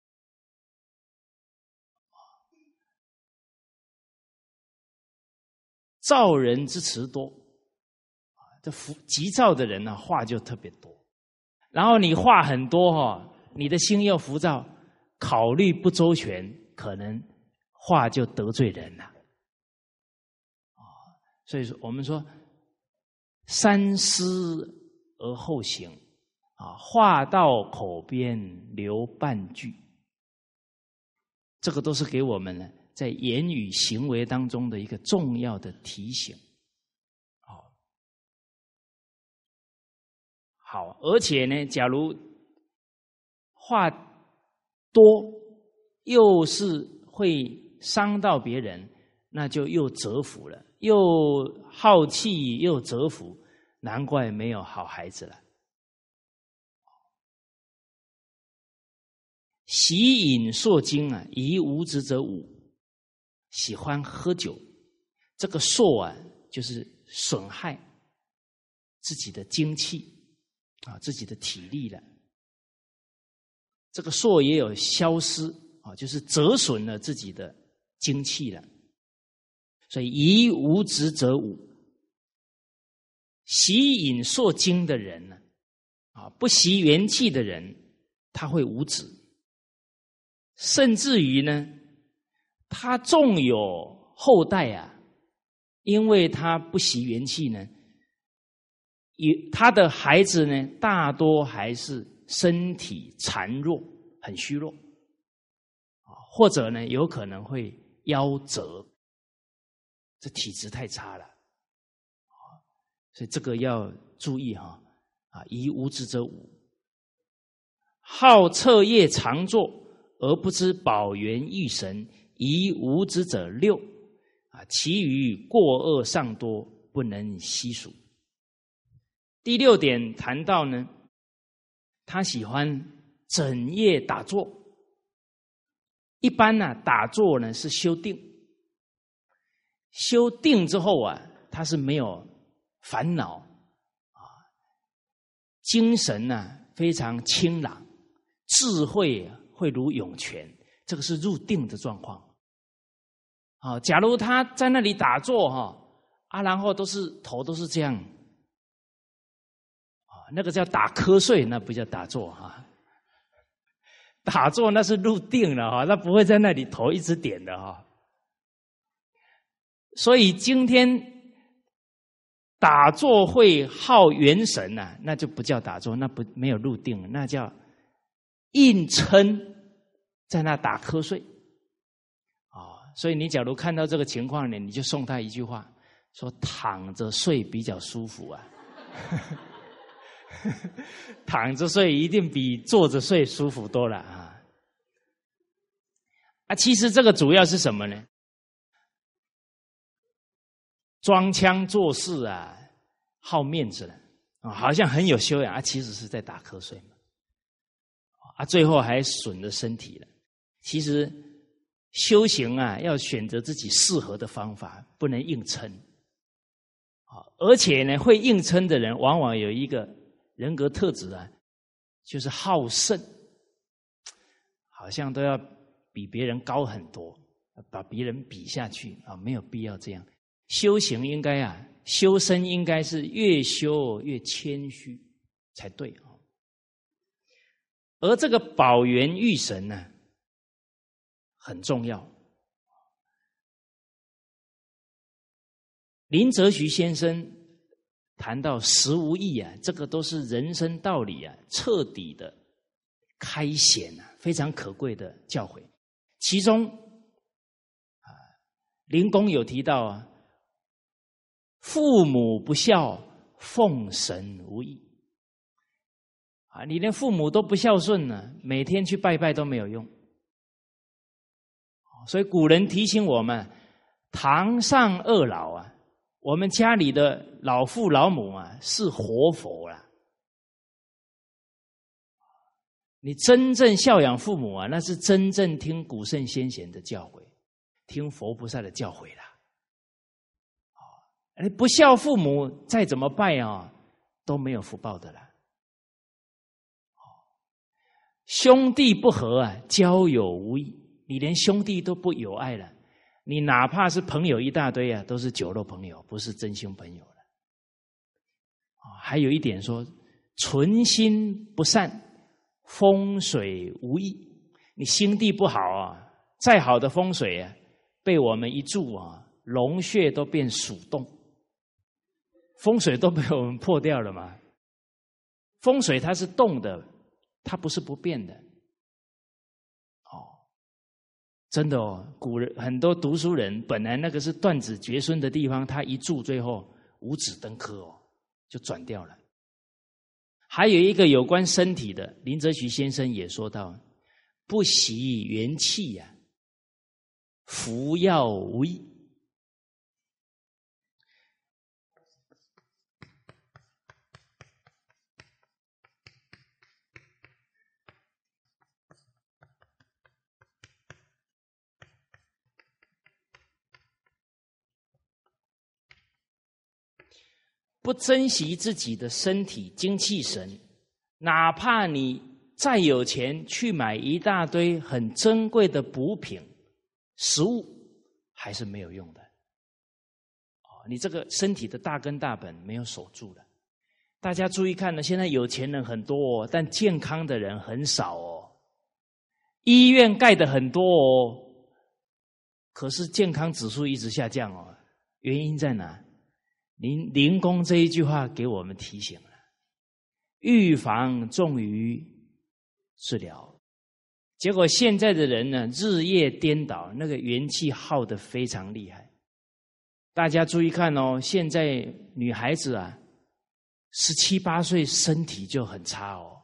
躁人之辞多，这急躁的人呢，话就特别多。然后你话很多哈，你的心又浮躁。考虑不周全，可能话就得罪人了。所以说，我们说三思而后行啊，话到口边留半句，这个都是给我们呢在言语行为当中的一个重要的提醒。好，好，而且呢，假如话多又是会伤到别人，那就又折福了，又好气又折福，难怪没有好孩子了。喜饮烁精啊，宜无知者五。喜欢喝酒，这个烁啊，就是损害自己的精气啊，自己的体力了。这个烁也有消失啊，就是折损了自己的精气了。所以宜无子者五，习饮烁精的人呢，啊，不习元气的人，他会无子，甚至于呢，他纵有后代啊，因为他不习元气呢，他的孩子呢，大多还是身体孱弱，很虚弱，或者呢，有可能会夭折，这体质太差了，所以这个要注意哈，啊，宜无子者五，好彻夜常坐而不知宝元玉神，宜无子者六，啊，其余过恶尚多，不能悉数。第六点谈到呢，他喜欢整夜打坐。一般呢、啊，打坐呢是修定，修定之后啊，他是没有烦恼啊，精神呢、啊、非常清朗，智慧会如涌泉，这个是入定的状况。啊，假如他在那里打坐哈啊，然后都是头都是这样，啊，那个叫打瞌睡，那不叫打坐哈。打坐那是入定了哈，那不会在那里头一直点的哈。所以今天打坐会耗元神呐、啊，那就不叫打坐，那不没有入定，那叫硬撑在那打瞌睡啊。所以你假如看到这个情况呢，你就送他一句话，说躺着睡比较舒服啊。躺着睡一定比坐着睡舒服多了啊！啊，其实这个主要是什么呢？装腔作势啊，好面子了啊，好像很有修养啊，其实是在打瞌睡嘛。啊，最后还损了身体了。其实修行啊，要选择自己适合的方法，不能硬撑。啊，而且呢，会硬撑的人，往往有一个人格特质啊，就是好胜，好像都要比别人高很多，把别人比下去啊，没有必要这样。修行应该啊，修身应该是越修越谦虚才对啊。而这个宝元玉神呢，很重要。林则徐先生谈到实无义啊，这个都是人生道理啊，彻底的开显啊，非常可贵的教诲。其中啊，林公有提到啊，父母不孝，奉神无益啊，你连父母都不孝顺呢，每天去拜拜都没有用。所以古人提醒我们，堂上二老啊，我们家里的老父老母啊，是活佛啦。你真正孝养父母啊，那是真正听古圣先贤的教诲，听佛菩萨的教诲啦。你不孝父母，再怎么拜啊，都没有福报的啦。兄弟不和啊，交友无益。你连兄弟都不友爱了，你哪怕是朋友一大堆啊，都是酒肉朋友，不是真心朋友了。还有一点说，存心不善，风水无益。你心地不好啊，再好的风水啊，被我们一住啊，龙穴都变鼠洞，风水都被我们破掉了嘛。风水它是动的，它不是不变的。真的哦，古人很多读书人本来那个是断子绝孙的地方，他一住最后五子登科哦，就转掉了。还有一个有关身体的，林则徐先生也说到，不习元气呀、啊，服药无益。不珍惜自己的身体精气神，哪怕你再有钱去买一大堆很珍贵的补品食物， 还是没有用的。你这个身体的大根大本没有守住的。大家注意看呢，现在有钱人很多哦，但健康的人很少哦。医院盖的很多哦，可是健康指数一直下降哦。原因在哪？林林公这一句话给我们提醒了：预防重于治疗。结果现在的人呢，日夜颠倒，那个元气耗得非常厉害。大家注意看哦，现在女孩子啊，十七八岁身体就很差哦。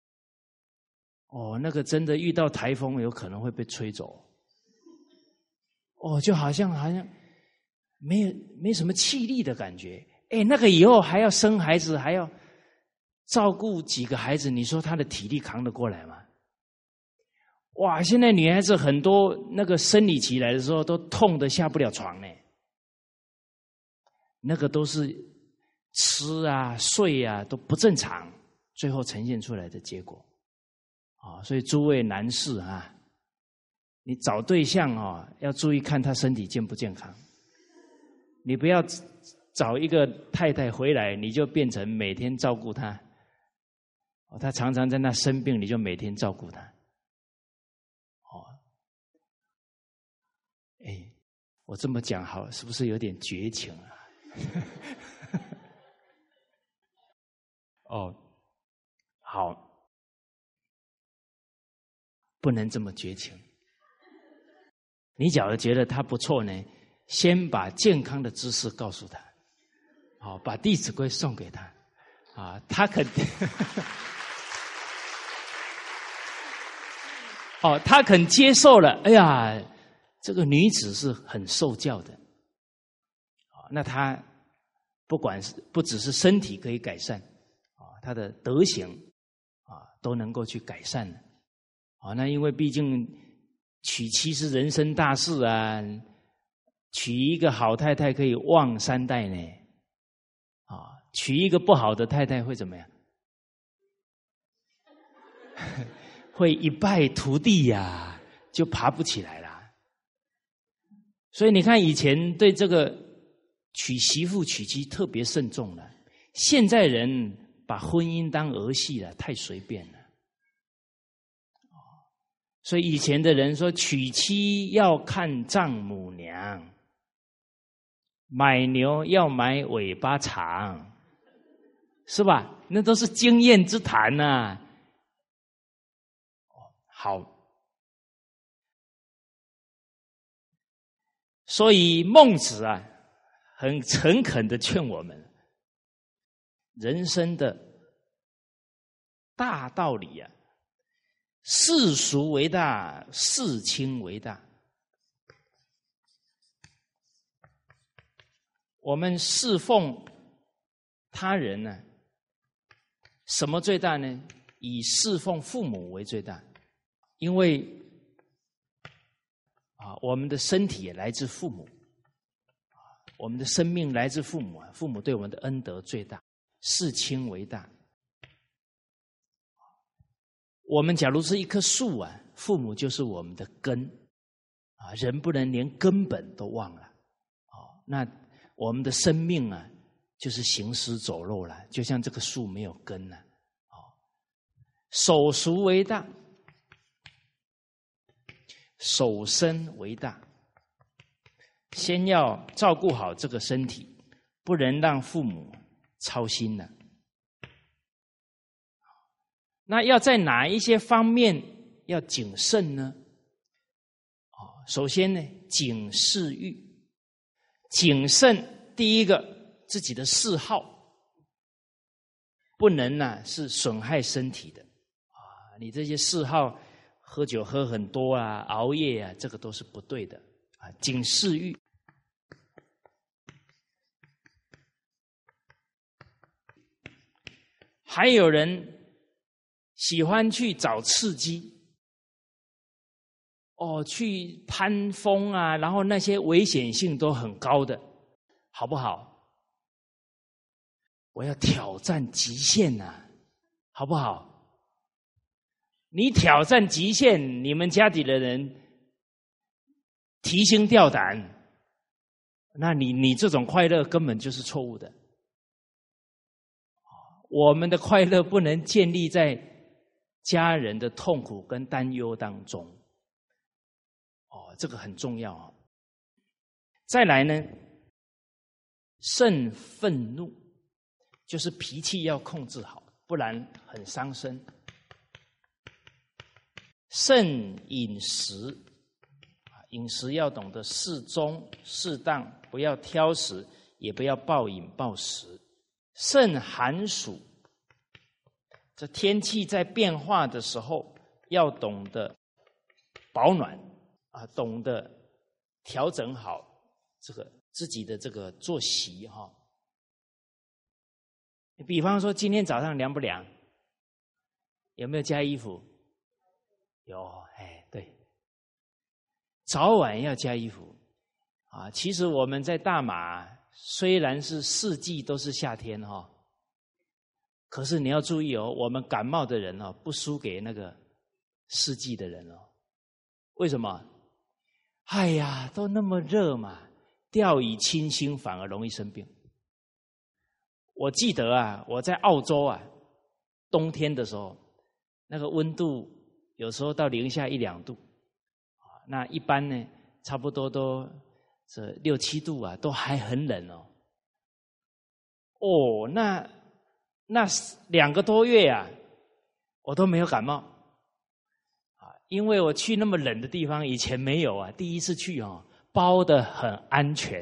哦，那个真的遇到台风，有可能会被吹走。哦，就好像好像没有没什么气力的感觉。哎，那个以后还要生孩子，还要照顾几个孩子，你说她的体力扛得过来吗？哇，现在女孩子很多那个生理期来的时候，都痛得下不了床呢。那个都是吃啊、睡啊都不正常，最后呈现出来的结果。啊，所以诸位男士啊，你找对象啊，要注意看他身体健不健康。你不要找一个太太回来，你就变成每天照顾她。哦，她常常在那生病，你就每天照顾她。哦，哎，我这么讲好，是不是有点绝情啊？哦，好，不能这么绝情。你假如觉得他不错呢，先把健康的知识告诉他，好，把《弟子规》送给他，啊，他肯定，哦，他肯接受了。哎呀，这个女子是很受教的。那他不管是不只是身体可以改善啊，他的德行啊都能够去改善的啊。那因为毕竟娶妻是人生大事啊，娶一个好太太可以旺三代呢啊，娶一个不好的太太会怎么样？会一败涂地呀、啊，就爬不起来了。所以你看以前对这个娶媳妇娶妻特别慎重了，现在人把婚姻当儿戏了，太随便了。所以以前的人说娶妻要看丈母娘，买牛要买尾巴长，是吧？那都是经验之谈呐、啊。好，所以孟子啊很诚恳的劝我们，人生的大道理啊，世俗为大，世亲为大。我们侍奉他人呢、啊，什么最大呢？以侍奉父母为最大，因为啊，我们的身体也来自父母。我们的生命来自父母啊，父母对我们的恩德最大，视亲为大。我们假如是一棵树啊，父母就是我们的根啊，人不能连根本都忘了哦，那我们的生命啊，就是行尸走肉了，就像这个树没有根了哦。守俗为大，守身为大。先要照顾好这个身体，不能让父母操心了。那要在哪一些方面要谨慎呢？哦，首先呢，谨嗜欲，谨慎。第一个，自己的嗜好不能呢、啊、是损害身体的啊。你这些嗜好，喝酒喝很多啊，熬夜啊，这个都是不对的啊。谨嗜欲。还有人喜欢去找刺激，哦，去攀峰啊，然后那些危险性都很高的，好不好？我要挑战极限呐、啊，好不好？你挑战极限，你们家里的人提心吊胆， 那你你这种快乐根本就是错误的。我们的快乐不能建立在家人的痛苦跟担忧当中。哦，这个很重要啊。再来呢，慎愤怒，就是脾气要控制好，不然很伤身。慎饮食，饮食要懂得适中适当，不要挑食，也不要暴饮暴食。慎寒暑，这天气在变化的时候，要懂得保暖啊，懂得调整好这个自己的这个作息哈。比方说，今天早上凉不凉？有没有加衣服？有，哎，对，早晚要加衣服啊。其实我们在大马虽然是四季都是夏天哈，可是你要注意哦，我们感冒的人哦，不输给那个四季的人哦。为什么？哎呀，都那么热嘛，掉以轻心反而容易生病。我记得啊，我在澳洲啊，冬天的时候，那个温度有时候到零下一两度，那一般呢，差不多都这六七度啊，都还很冷哦。哦，那那两个多月啊，我都没有感冒啊，因为我去那么冷的地方，以前没有啊，第一次去哦，包得很安全。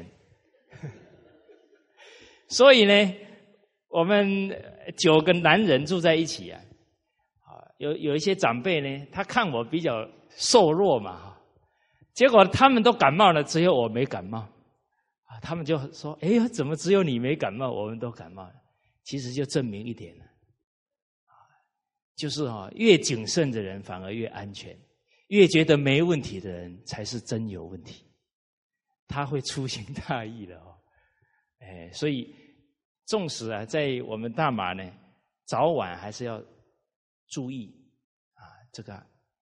所以呢，我们九个男人住在一起啊，啊，有有一些长辈呢，他看我比较瘦弱嘛，结果他们都感冒了，只有我没感冒啊。他们就说：“哎呀，怎么只有你没感冒，我们都感冒了？”其实就证明一点了，啊，就是哈，越谨慎的人反而越安全，越觉得没问题的人才是真有问题，他会粗心大意的哦。哎，所以纵使啊，在我们大马呢，早晚还是要注意啊，这个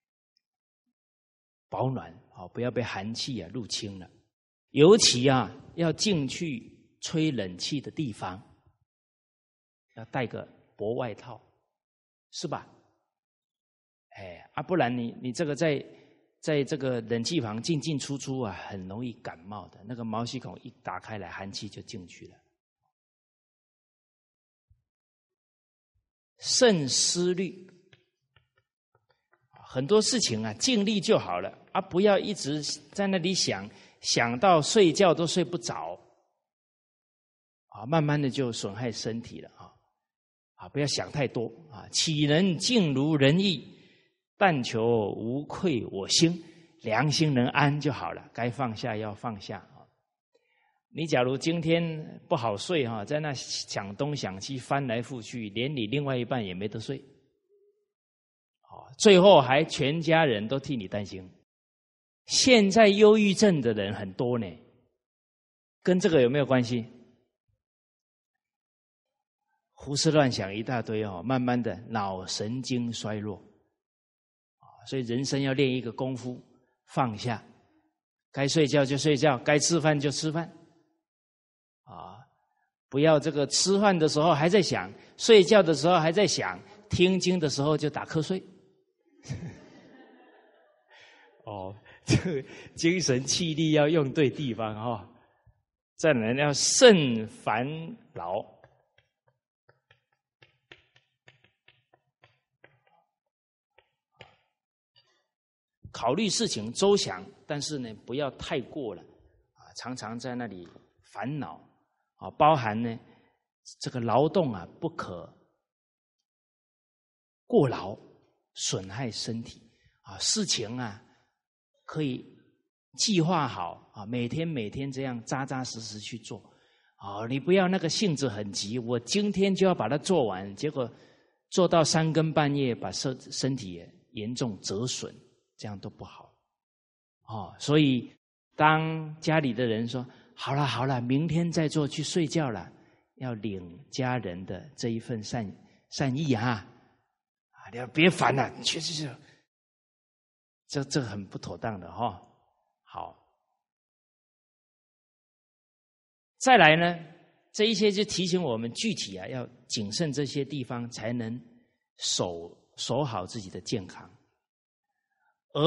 保暖啊，不要被寒气啊入侵了。尤其啊，要进去吹冷气的地方，要带个薄外套，是吧？哎啊，不然你你这个在在这个冷气房进进出出啊，很容易感冒的。那个毛细孔一打开来，寒气就进去了。慎思虑，很多事情啊，尽力就好了啊，不要一直在那里想，想到睡觉都睡不着啊，慢慢的就损害身体了啊啊，不要想太多啊，岂能尽如人意？但求无愧我心，良心能安就好了，该放下要放下啊。你假如今天不好睡哈，在那想东想西，翻来覆去，连你另外一半也没得睡，啊，最后还全家人都替你担心。现在忧郁症的人很多呢，跟这个有没有关系？胡思乱想一大堆哦，慢慢的脑神经衰弱。所以人生要练一个功夫，放下，该睡觉就睡觉，该吃饭就吃饭，啊，不要这个吃饭的时候还在想，睡觉的时候还在想，听经的时候就打瞌睡。哦，这个精神气力要用对地方哈，哦，再来要慎烦劳。考虑事情周详，但是呢，不要太过了啊！常常在那里烦恼啊，包含呢这个劳动啊，不可过劳，损害身体啊。事情啊，可以计划好啊，每天每天这样扎扎实实去做啊。你不要那个性子很急，我今天就要把它做完，结果做到三更半夜，把身身体严重折损。这样都不好哦，所以当家里的人说好了好了，明天再做，去睡觉了，要领家人的这一份善善意哈啊，你要别烦了，确实是这这很不妥当的哈，哦。好。 再来呢，这一些就提醒我们具体啊要谨慎这些地方，才能守守好自己的健康。而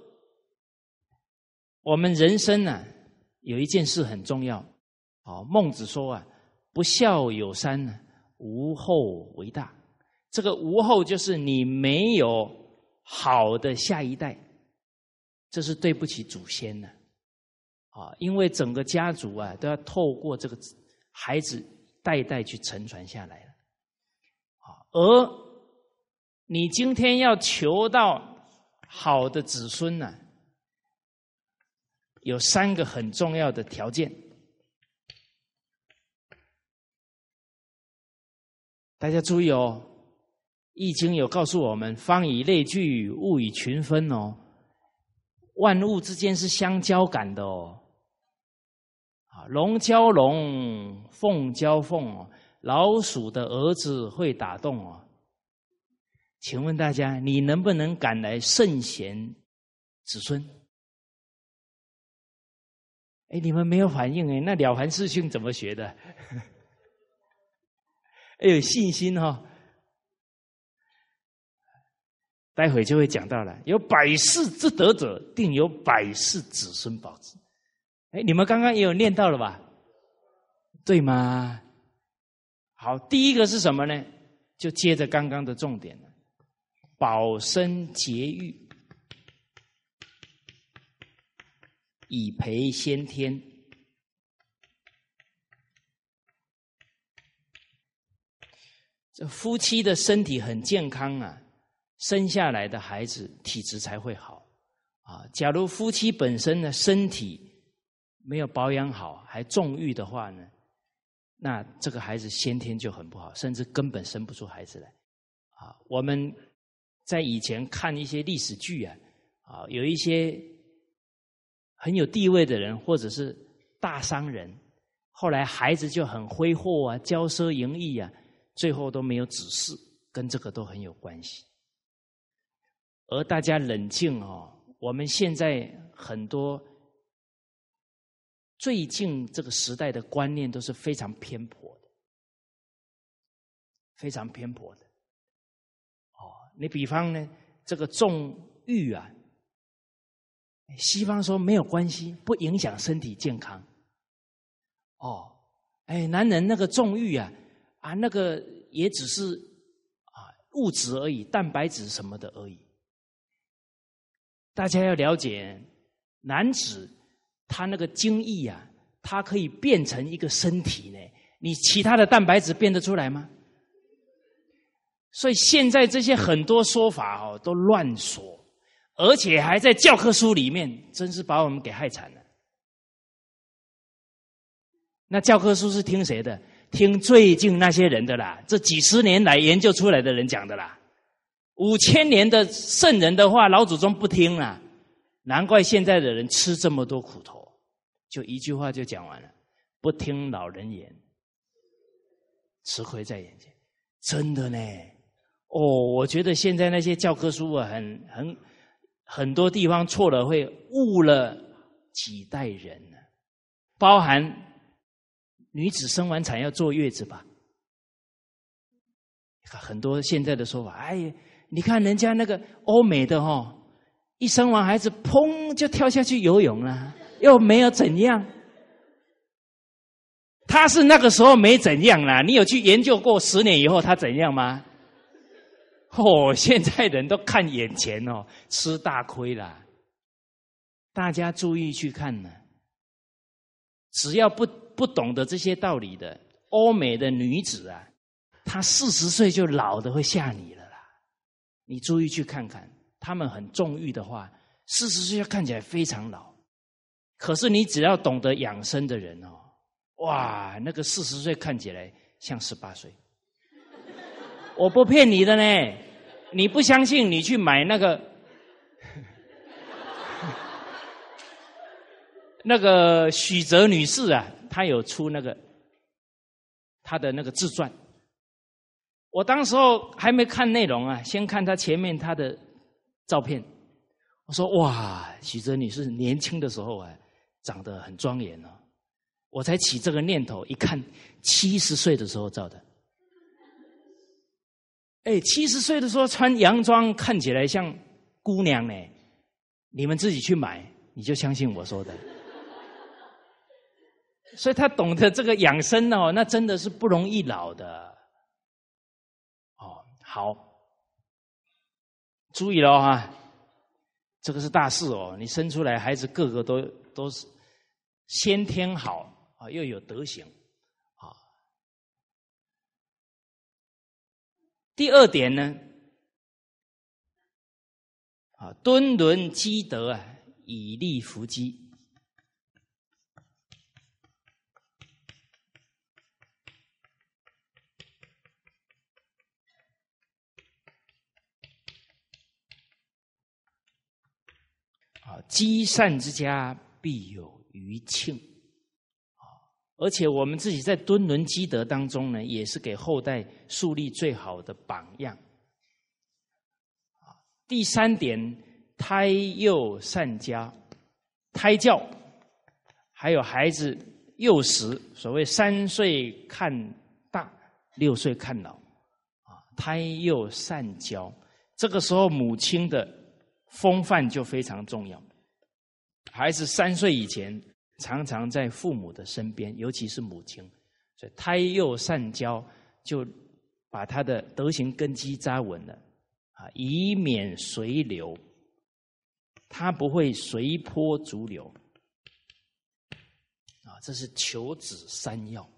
我们人生啊，有一件事很重要。哦，孟子说啊，不孝有三，无后为大。这个无后就是你没有好的下一代，这是对不起祖先的啊！因为整个家族啊都要透过这个孩子代代去承传下来了啊。而你今天要求到好的子孙呢、啊，有三个很重要的条件。大家注意哦，《易经》有告诉我们，方以类聚，物以群分哦。万物之间是相交感的哦。啊，龙交龙，凤交凤哦，老鼠的儿子会打洞哦。请问大家，你能不能赶来圣贤子孙？哎，你们没有反应哎，那《了凡四训》怎么学的？要有信心哈、哦，待会就会讲到了。有百世之德者，定有百世子孙保之。哎，你们刚刚也有念到了吧？对吗？好，第一个是什么呢？就接着刚刚的重点了，保身节育，以培先天。这夫妻的身体很健康啊，生下来的孩子体质才会好啊。假如夫妻本身呢身体没有保养好，还纵欲的话呢，那这个孩子先天就很不好，甚至根本生不出孩子来啊。我们在以前看一些历史剧啊，啊，有一些很有地位的人或者是大商人，后来孩子就很挥霍啊，骄奢淫逸啊。最后都没有子嗣，跟这个都很有关系。而大家冷静哦，我们现在很多最近这个时代的观念都是非常偏颇的，非常偏颇的。哦，你比方呢，这个纵欲啊，西方说没有关系，不影响身体健康。哦，哎，男人那个纵欲啊。啊，那个也只是啊物质而已，蛋白质什么的而已。大家要了解，男子他那个精液啊，它可以变成一个身体呢。你其他的蛋白质变得出来吗？所以现在这些很多说法哦，都乱说，而且还在教科书里面，真是把我们给害惨了。那教科书是听谁的？听最近那些人的啦，这几十年来研究出来的人讲的啦。五千年的圣人的话，老祖宗不听啦，难怪现在的人吃这么多苦头。就一句话就讲完了，不听老人言，吃亏在眼前。真的呢，哦，我觉得现在那些教科书啊，很很很多地方错了，会误了几代人呢、啊，包含。女子生完产要坐月子吧？很多现在的说法，哎，你看人家那个欧美的哦，一生完孩子，砰就跳下去游泳了，又没有怎样。他是那个时候没怎样啦，你有去研究过十年以后他怎样吗？哦，现在人都看眼前哦，吃大亏啦。大家注意去看呢，只要不。不懂得这些道理的欧美的女子啊，她四十岁就老的会吓你了啦。你注意去看看，她们很纵欲的话，四十岁看起来非常老。可是你只要懂得养生的人哦，哇，那个四十岁看起来像十八岁。我不骗你的呢，你不相信你去买那个那个许哲女士啊。他有出那个他的那个自传，我当时候还没看内容啊，先看他前面他的照片。我说哇，许哲女士年轻的时候啊，长得很庄严哦， 我才起这个念头，一看七十岁的时候照的。哎，七十岁的时候穿洋装看起来像姑娘呢，你们自己去买，你就相信我说的。所以他懂得这个养生哦，那真的是不容易老的。哦，好，注意了哈，这个是大事哦。你生出来孩子个个都都是先天好啊，又有德行啊。第二点呢，啊，敦伦积德啊，以利扶积。啊，积善之家必有余庆。而且我们自己在敦伦积德当中呢，也是给后代树立最好的榜样。第三点，胎幼善教，胎教还有孩子幼时，所谓三岁看大，六岁看老啊，胎幼善教，这个时候母亲的风范就非常重要。孩子三岁以前常常在父母的身边，尤其是母亲，所以胎幼善教，就把他的德行根基扎稳了啊，以免随流，他不会随波逐流啊，这是求子三要。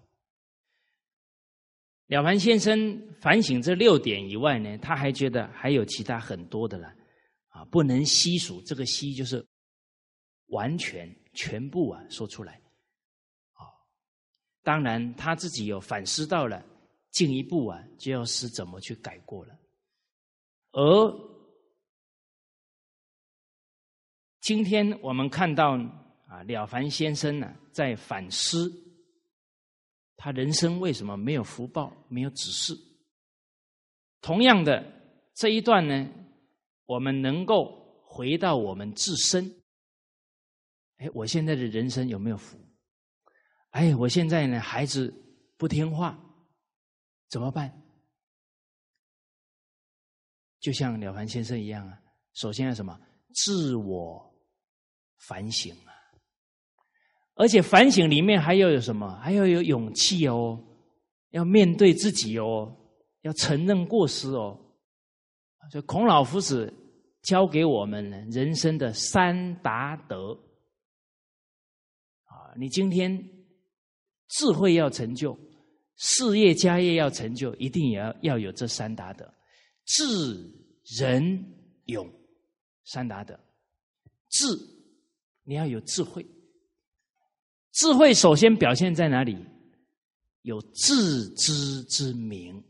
了凡先生反省这六点以外呢，他还觉得还有其他很多的了啊，不能悉数。这个悉就是完全全部啊说出来啊。当然他自己有反思到了，进一步啊就要是怎么去改过了。而今天我们看到啊，了凡先生呢、啊、在反思他人生为什么没有福报，没有指示。同样的这一段呢，我们能够回到我们自身。哎，我现在的人生有没有福？哎，我现在呢，孩子不听话，怎么办？就像了凡先生一样啊，首先要什么？自我反省啊！而且反省里面还要有什么？还要有勇气哦，要面对自己哦，要承认过失哦。所以孔老夫子教给我们呢，人生的三达德。啊，你今天智慧要成就，事业家业要成就，一定也要要有这三达德：智、仁、勇。三达德，智，你要有智慧。智慧首先表现在哪里？有自知之明。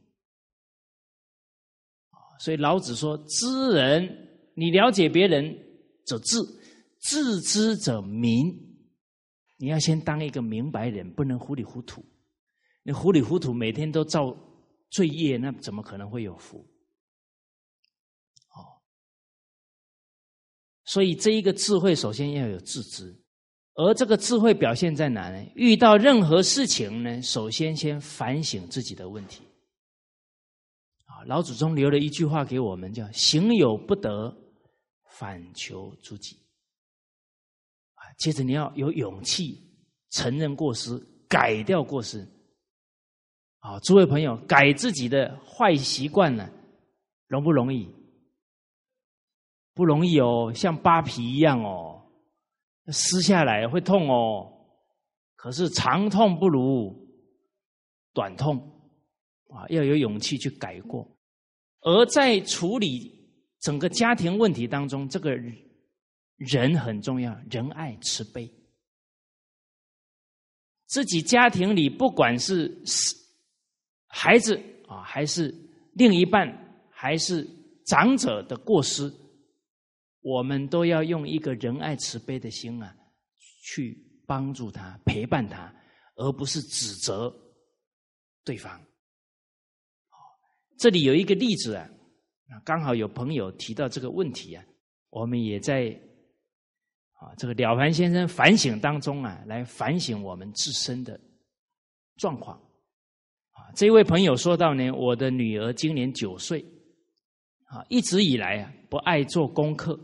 所以老子说：“知人，你了解别人者智，自知者明。”你要先当一个明白人，不能糊里糊涂。你糊里糊涂，每天都造罪业，那怎么可能会有福？哦，所以这一个智慧，首先要有自知。而这个智慧表现在哪呢？遇到任何事情呢，首先先反省自己的问题。啊，老祖宗留了一句话给我们，叫“行有不得，反求诸己”。啊，接着你要有勇气承认过失，改掉过失。啊，诸位朋友，改自己的坏习惯呢，容不容易？不容易哦，像扒皮一样哦。撕下来会痛哦，可是长痛不如短痛啊！要有勇气去改过。而在处理整个家庭问题当中，这个人很重要，仁爱慈悲。自己家庭里不管是孩子啊，还是另一半，还是长者的过失，我们都要用一个仁爱慈悲的心啊，去帮助他、陪伴他，而不是指责对方。这里有一个例子啊，刚好有朋友提到这个问题啊，我们也在啊，这个了凡先生反省当中啊，来反省我们自身的状况。啊，这位朋友说到呢，我的女儿今年九岁，啊，一直以来啊不爱做功课。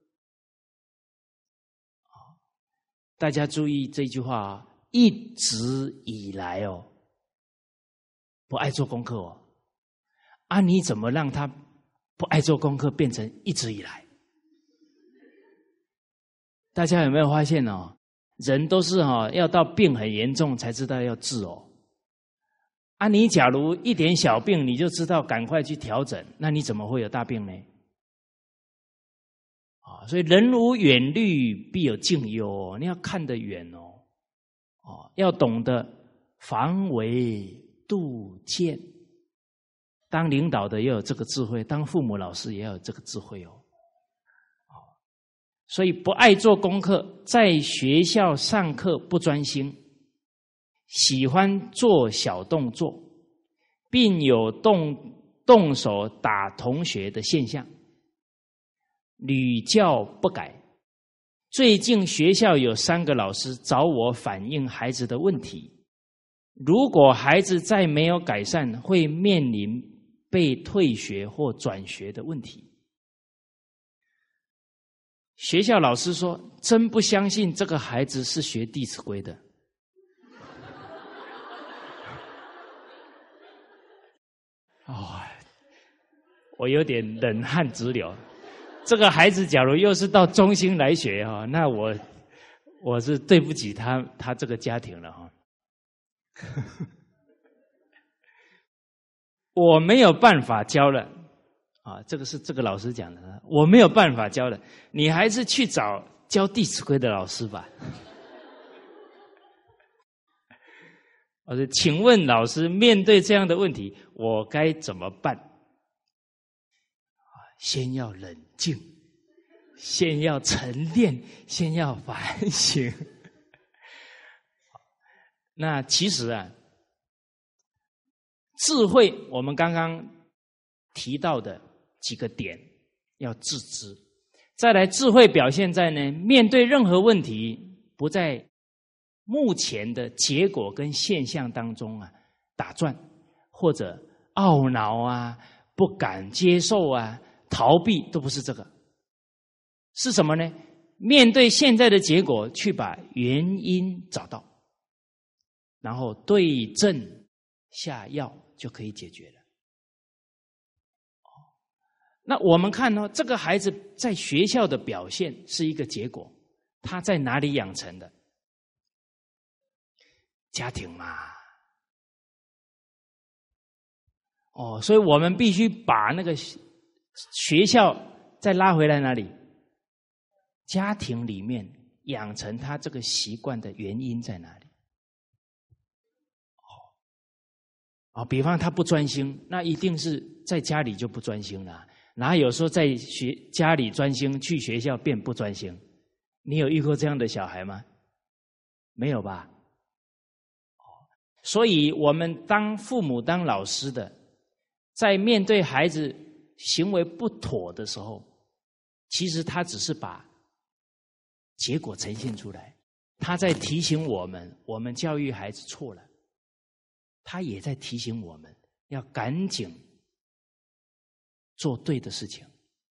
大家注意这句话啊，一直以来哦，不爱做功课哦。啊，你怎么让他不爱做功课变成一直以来？大家有没有发现哦？人都是哦，要到病很严重才知道要治哦。啊，你假如一点小病你就知道赶快去调整，那你怎么会有大病呢？啊，所以人无远虑，必有近忧哦。你要看得远哦，哦，要懂得防微杜渐。当领导的也有这个智慧，当父母老师也要有这个智慧哦。所以不爱做功课，在学校上课不专心，喜欢做小动作，并有动动手打同学的现象，屡教不改。最近学校有三个老师找我反映孩子的问题，如果孩子再没有改善，会面临被退学或转学的问题。学校老师说，真不相信这个孩子是学《弟子规》的。哦，我有点冷汗直流。这个孩子假如又是到中兴来学哈，那我我是对不起他他这个家庭了哈。我没有办法教了啊，这个是这个老师讲的，我没有办法教了，你还是去找教《弟子规》的老师吧。我说，请问老师，面对这样的问题，我该怎么办？先要冷静，先要沉淀，先要反省。那其实啊，智慧我们刚刚提到的几个点要自知，再来智慧表现在呢，面对任何问题，不在目前的结果跟现象当中啊打转，或者懊恼啊、不敢接受啊、逃避，都不是这个。是什么呢？面对现在的结果，去把原因找到，然后对症下药，就可以解决了。那我们看哦，这个孩子在学校的表现是一个结果，他在哪里养成的？家庭嘛。哦，所以我们必须把那个学校再拉回来哪里？家庭里面养成他这个习惯的原因在哪里？哦，比方他不专心，那一定是在家里就不专心了。哪有说在学家里专心，去学校变不专心？你有遇过这样的小孩吗？没有吧？所以我们当父母、当老师的，在面对孩子行为不妥的时候，其实他只是把结果呈现出来，他在提醒我们，我们教育孩子错了，他也在提醒我们要赶紧做对的事情。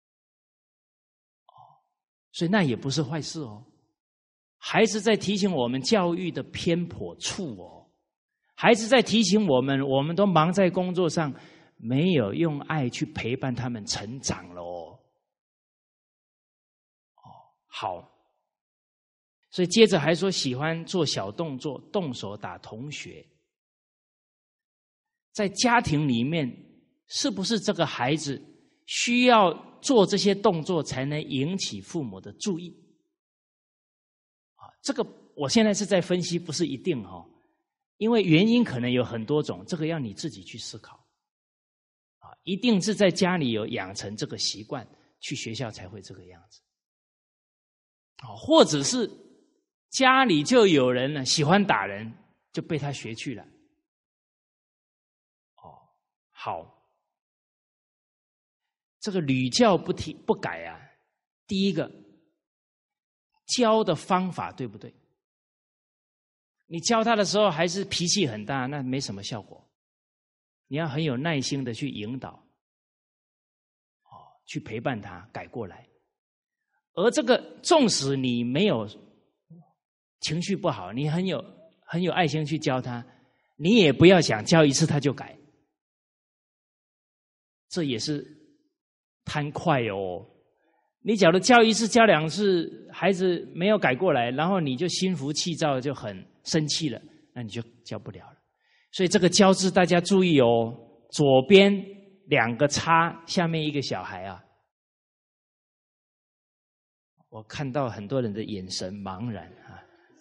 所以那也不是坏事哦。孩子在提醒我们教育的偏颇处哦，孩子在提醒我们，我们都忙在工作上，没有用爱去陪伴他们成长了哦。哦，好。所以接着还说喜欢做小动作，动手打同学。在家庭里面，是不是这个孩子需要做这些动作才能引起父母的注意？啊，这个我现在是在分析，不是一定哈，因为原因可能有很多种，这个要你自己去思考。啊，一定是在家里有养成这个习惯，去学校才会这个样子。啊，或者是家里就有人呢喜欢打人，就被他学去了。哦，好。这个屡教不提不改啊，第一个， 教的方法对不对？你教他的时候还是脾气很大，那没什么效果。你要很有耐心的去引导，哦，去陪伴他改过来。而这个纵使你没有情绪不好，你很有很有爱心去教他，你也不要想教一次他就改，这也是贪快哦。你假如教一次教两次，孩子没有改过来，然后你就心浮气躁，就很生气了，那你就教不了了。所以这个教字大家注意哦，左边两个叉，下面一个小孩啊。我看到很多人的眼神茫然啊，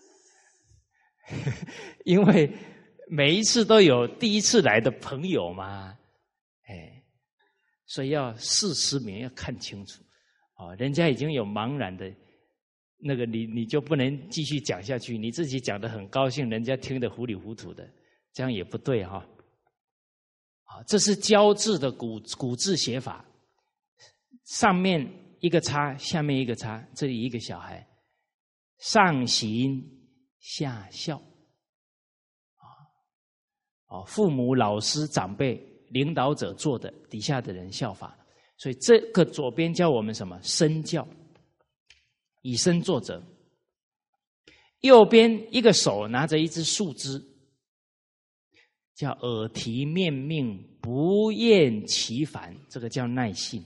因为每一次都有第一次来的朋友嘛，哎，所以要视师明，要看清楚哦。人家已经有茫然的，那个你你就不能继续讲下去，你自己讲得很高兴，人家听得糊里糊涂的，这样也不对哈。啊，这是教字的古古字写法，上面一个叉，下面一个叉，这里一个小孩，上行下效，啊，哦，父母、老师、长辈、领导者做的，底下的人效法。所以这个左边教我们什么？身教，以身作则。右边一个手拿着一支树枝，叫耳提面命，不厌其烦，这个叫耐性。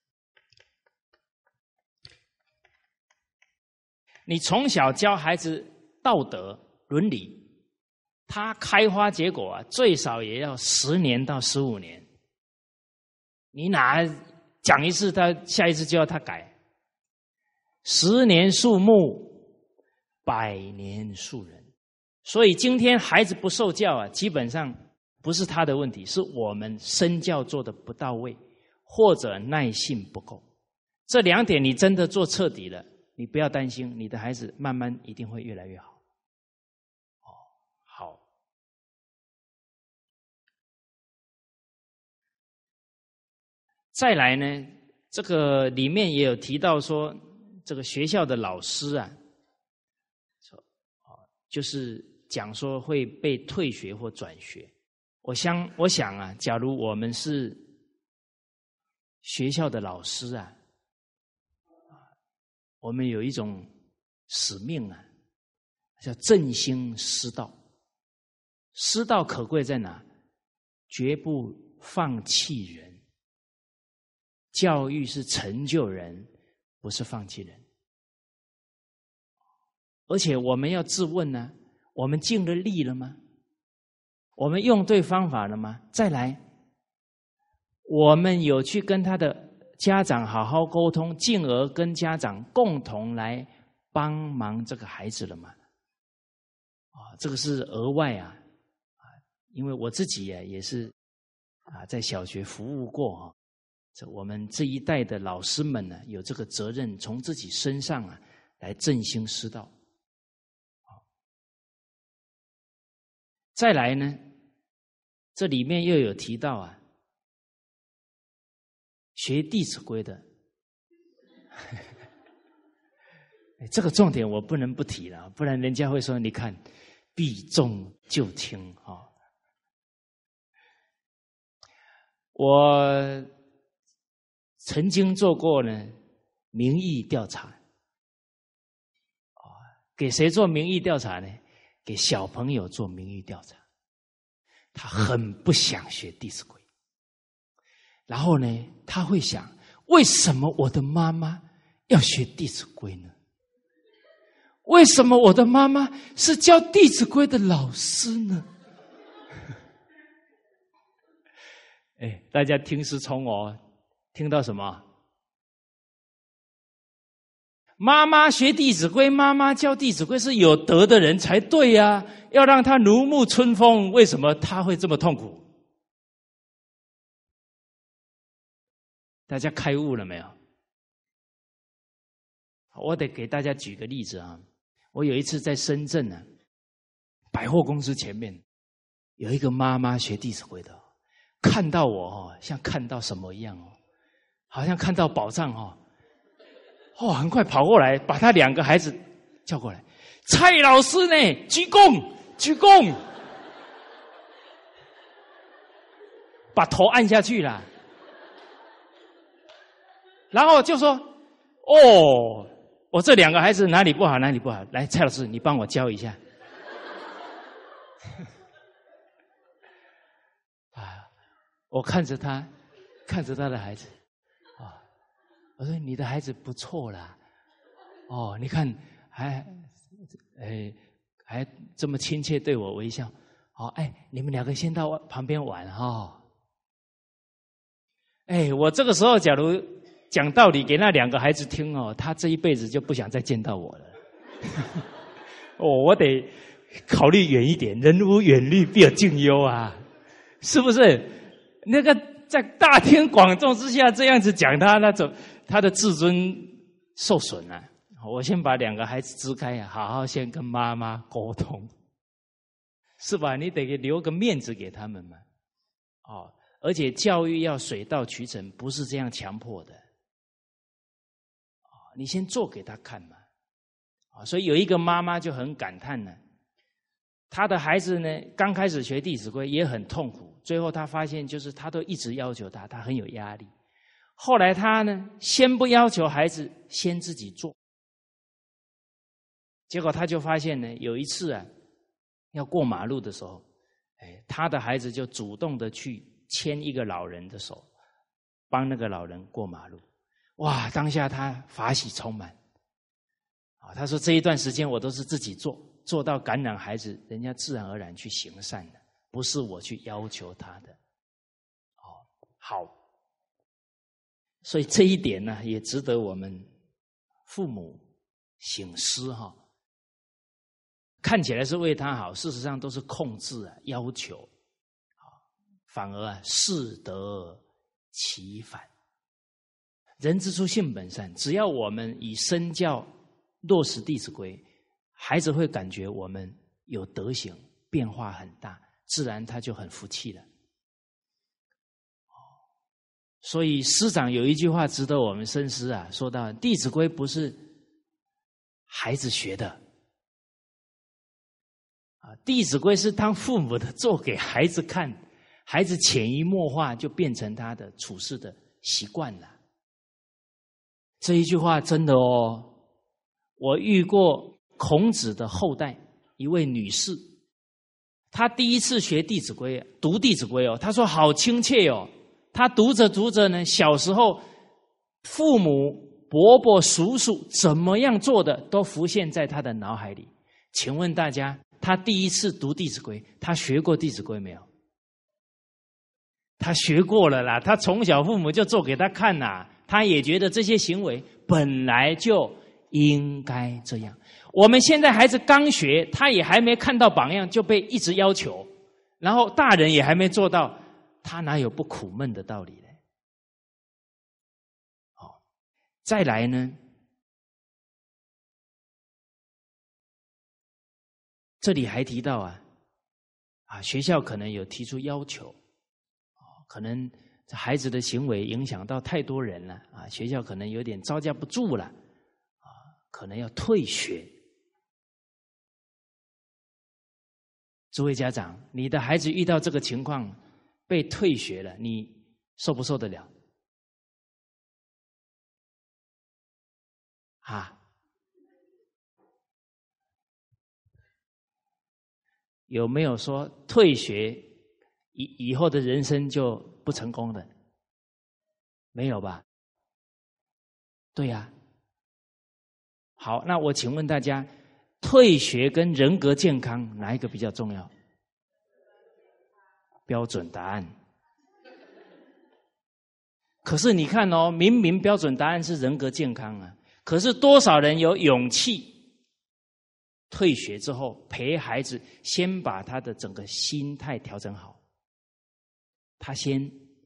你从小教孩子道德伦理，他开花结果啊，最少也要十年到十五年。你哪讲一次，他下一次就要他改？十年树木，百年树人。所以今天孩子不受教啊，基本上不是他的问题，是我们身教做的不到位，或者耐性不够。这两点你真的做彻底了，你不要担心，你的孩子慢慢一定会越来越好。哦，好。再来呢，这个里面也有提到说，这个学校的老师啊，就是讲说会被退学或转学。我想，我想啊，假如我们是学校的老师啊，我们有一种使命啊，叫振兴师道。师道可贵在哪？绝不放弃人。教育是成就人，不是放弃人。而且我们要自问呢，我们尽了力了吗？我们用对方法了吗？再来，我们有去跟他的家长好好沟通，进而跟家长共同来帮忙这个孩子了吗？啊，这个是额外啊，啊，因为我自己啊也是啊在小学服务过啊，这我们这一代的老师们呢，有这个责任，从自己身上啊来振兴师道。再来呢，这里面又有提到啊，学《弟子规》的，这个重点我不能不提了，不然人家会说，你看避重就轻啊、哦。我曾经做过呢民意调查，哦，给谁做民意调查呢？给小朋友做民意调查，他很不想学《弟子规》，然后呢，他会想，为什么我的妈妈要学《弟子规》呢？为什么我的妈妈是教《弟子规》的老师呢？哎，大家听时聪哦，听到什么？妈妈学《弟子规》，妈妈教《弟子规》是有德的人才对呀、啊，要让他如沐春风，为什么他会这么痛苦？大家开悟了没有？我得给大家举个例子啊，我有一次在深圳呢、啊，百货公司前面有一个妈妈学《弟子规》的，看到我哦，像看到什么一样哦，好像看到宝藏哦。哦，很快跑过来，把他两个孩子叫过来，蔡老师呢？鞠躬，鞠躬，把头按下去了。然后就说：“哦，我这两个孩子哪里不好，哪里不好？来，蔡老师，你帮我教一下。”啊，我看着他，看着他的孩子，啊，我说：“你的孩子不错啦，哦，你看还，哎，还这么亲切对我微笑。哦，哎，你们两个先到旁边玩哈。哦。哎，我这个时候假如讲道理给那两个孩子听哦，他这一辈子就不想再见到我了。哦，我得考虑远一点，人无远虑，必有近忧啊，是不是？那个在大庭广众之下这样子讲他，那种他的自尊受损了。我先把两个孩子支开啊，好好先跟妈妈沟通，是吧？你得留个面子给他们嘛。哦，而且教育要水到渠成，不是这样强迫的。你先做给他看嘛。所以有一个妈妈就很感叹呢，她的孩子呢刚开始学《弟子规》也很痛苦，最后她发现就是她都一直要求他，她很有压力。后来她呢先不要求孩子，先自己做。结果她就发现呢，有一次啊要过马路的时候，哎，她的孩子就主动的去牵一个老人的手，帮那个老人过马路。哇！当下他法喜充满啊！他说这一段时间我都是自己做，做到感染孩子，人家自然而然去行善的，不是我去要求他的。哦，好，所以这一点呢，也值得我们父母省思哈。看起来是为他好，事实上都是控制啊、要求啊，反而啊适得其反。人之初性本善，只要我们以身教落实《弟子规》，孩子会感觉我们有德行，变化很大，自然他就很服气了。所以师长有一句话值得我们深思啊，说到《弟子规》不是孩子学的啊，《弟子规》是当父母的做给孩子看，孩子潜移默化就变成他的处事的习惯了。这一句话真的哦，我遇过孔子的后代一位女士，她第一次学《弟子规》，读《弟子规》哦，她说好亲切哦。她读着读着呢，小时候父母、伯伯、叔叔怎么样做的，都浮现在她的脑海里。请问大家，她第一次读《弟子规》，她学过《弟子规》没有？她学过了啦，她从小父母就做给她看啦。他也觉得这些行为本来就应该这样。我们现在孩子刚学，他也还没看到榜样，就被一直要求，然后大人也还没做到，他哪有不苦闷的道理呢？好，再来呢，这里还提到啊，啊，学校可能有提出要求，可能孩子的行为影响到太多人了啊，学校可能有点招架不住了啊，可能要退学。诸位家长，你的孩子遇到这个情况被退学了，你受不受得了？啊？有没有说退学以以后的人生就不成功的？没有吧？对呀、啊。好，那我请问大家，退学跟人格健康哪一个比较重要？标准答案。可是你看哦，明明标准答案是人格健康啊，可是多少人有勇气退学之后陪孩子先把他的整个心态调整好，他先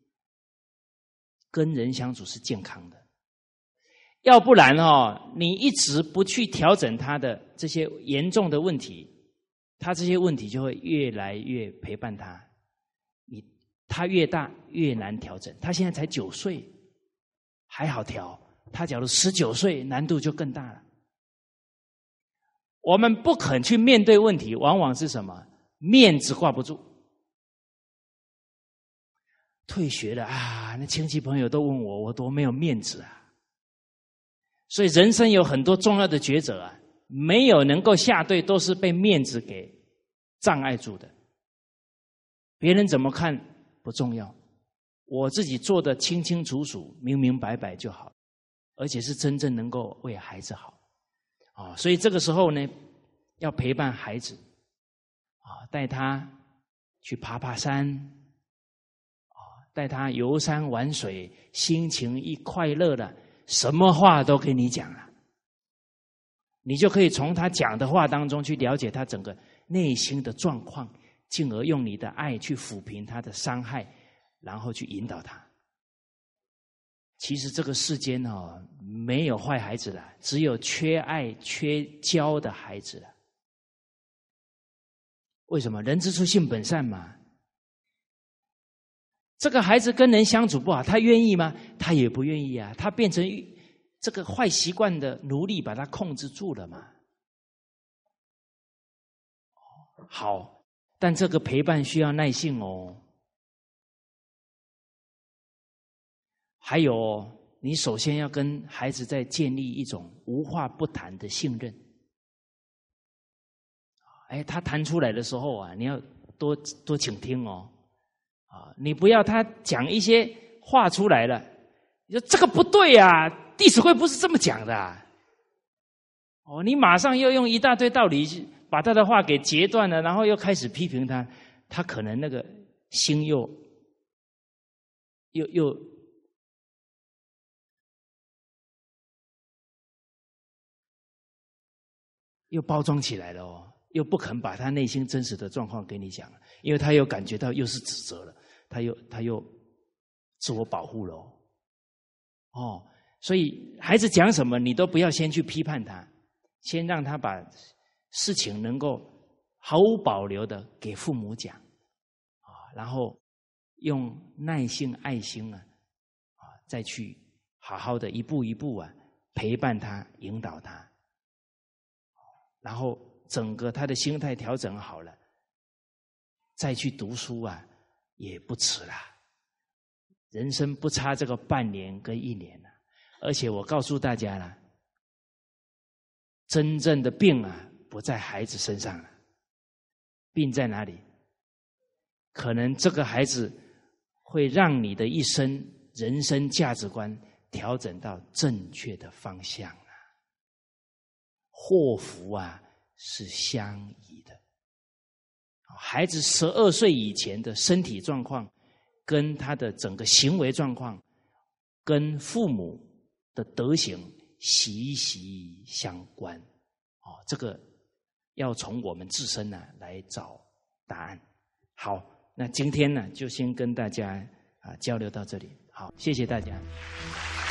跟人相处是健康的。要不然哦，你一直不去调整他的这些严重的问题，他这些问题就会越来越陪伴他。你他越大越难调整。他现在才九岁，还好调。他假如十九岁，难度就更大了。 我们不肯去面对问题，往往是什么？面子挂不住。退学了啊，那亲戚朋友都问我，我多没有面子啊。所以人生有很多重要的抉择啊，没有能够下对，都是被面子给障碍住的。别人怎么看不重要，我自己做的清清楚楚、明明白白就好，而且是真正能够为孩子好啊。所以这个时候呢，要陪伴孩子啊，带他去爬爬山啊，带他游山玩水，心情一快乐了，什么话都跟你讲了，你就可以从他讲的话当中去了解他整个内心的状况，进而用你的爱去抚平他的伤害，然后去引导他。其实这个世间哦，没有坏孩子了，只有缺爱缺教的孩子了。为什么？人之初性本善嘛。这个孩子跟人相处不好，他愿意吗？他也不愿意啊。他变成这个坏习惯的奴隶，把他控制住了嘛。好，但这个陪伴需要耐性哦。还有，你首先要跟孩子在建立一种无话不谈的信任。哎，他谈出来的时候啊，你要多多倾听哦。啊，你不要他讲一些话出来了，你说这个不对啊，弟子规不是这么讲的啊。哦，你马上又用一大堆道理把他的话给截断了，然后又开始批评他，他可能那个心又又又又包装起来了哦，又不肯把他内心真实的状况给你讲了，因为他又感觉到又是指责了，他又他又自我保护了哦。哦，所以孩子讲什么，你都不要先去批判他，先让他把事情能够毫无保留的给父母讲啊，然后用耐心、爱心啊，啊，再去好好的一步一步啊陪伴他、引导他，然后整个他的心态调整好了，再去读书啊也不迟啦。人生不差这个半年跟一年了，而且我告诉大家了，真正的病啊不在孩子身上了，病在哪里？可能这个孩子会让你的一生人生价值观调整到正确的方向啊。祸福啊是相宜的。孩子十二岁以前的身体状况跟他的整个行为状况跟父母的德行息息相关。哦，这个要从我们自身呢来找答案。好，那今天呢就先跟大家啊交流到这里。好，谢谢大家。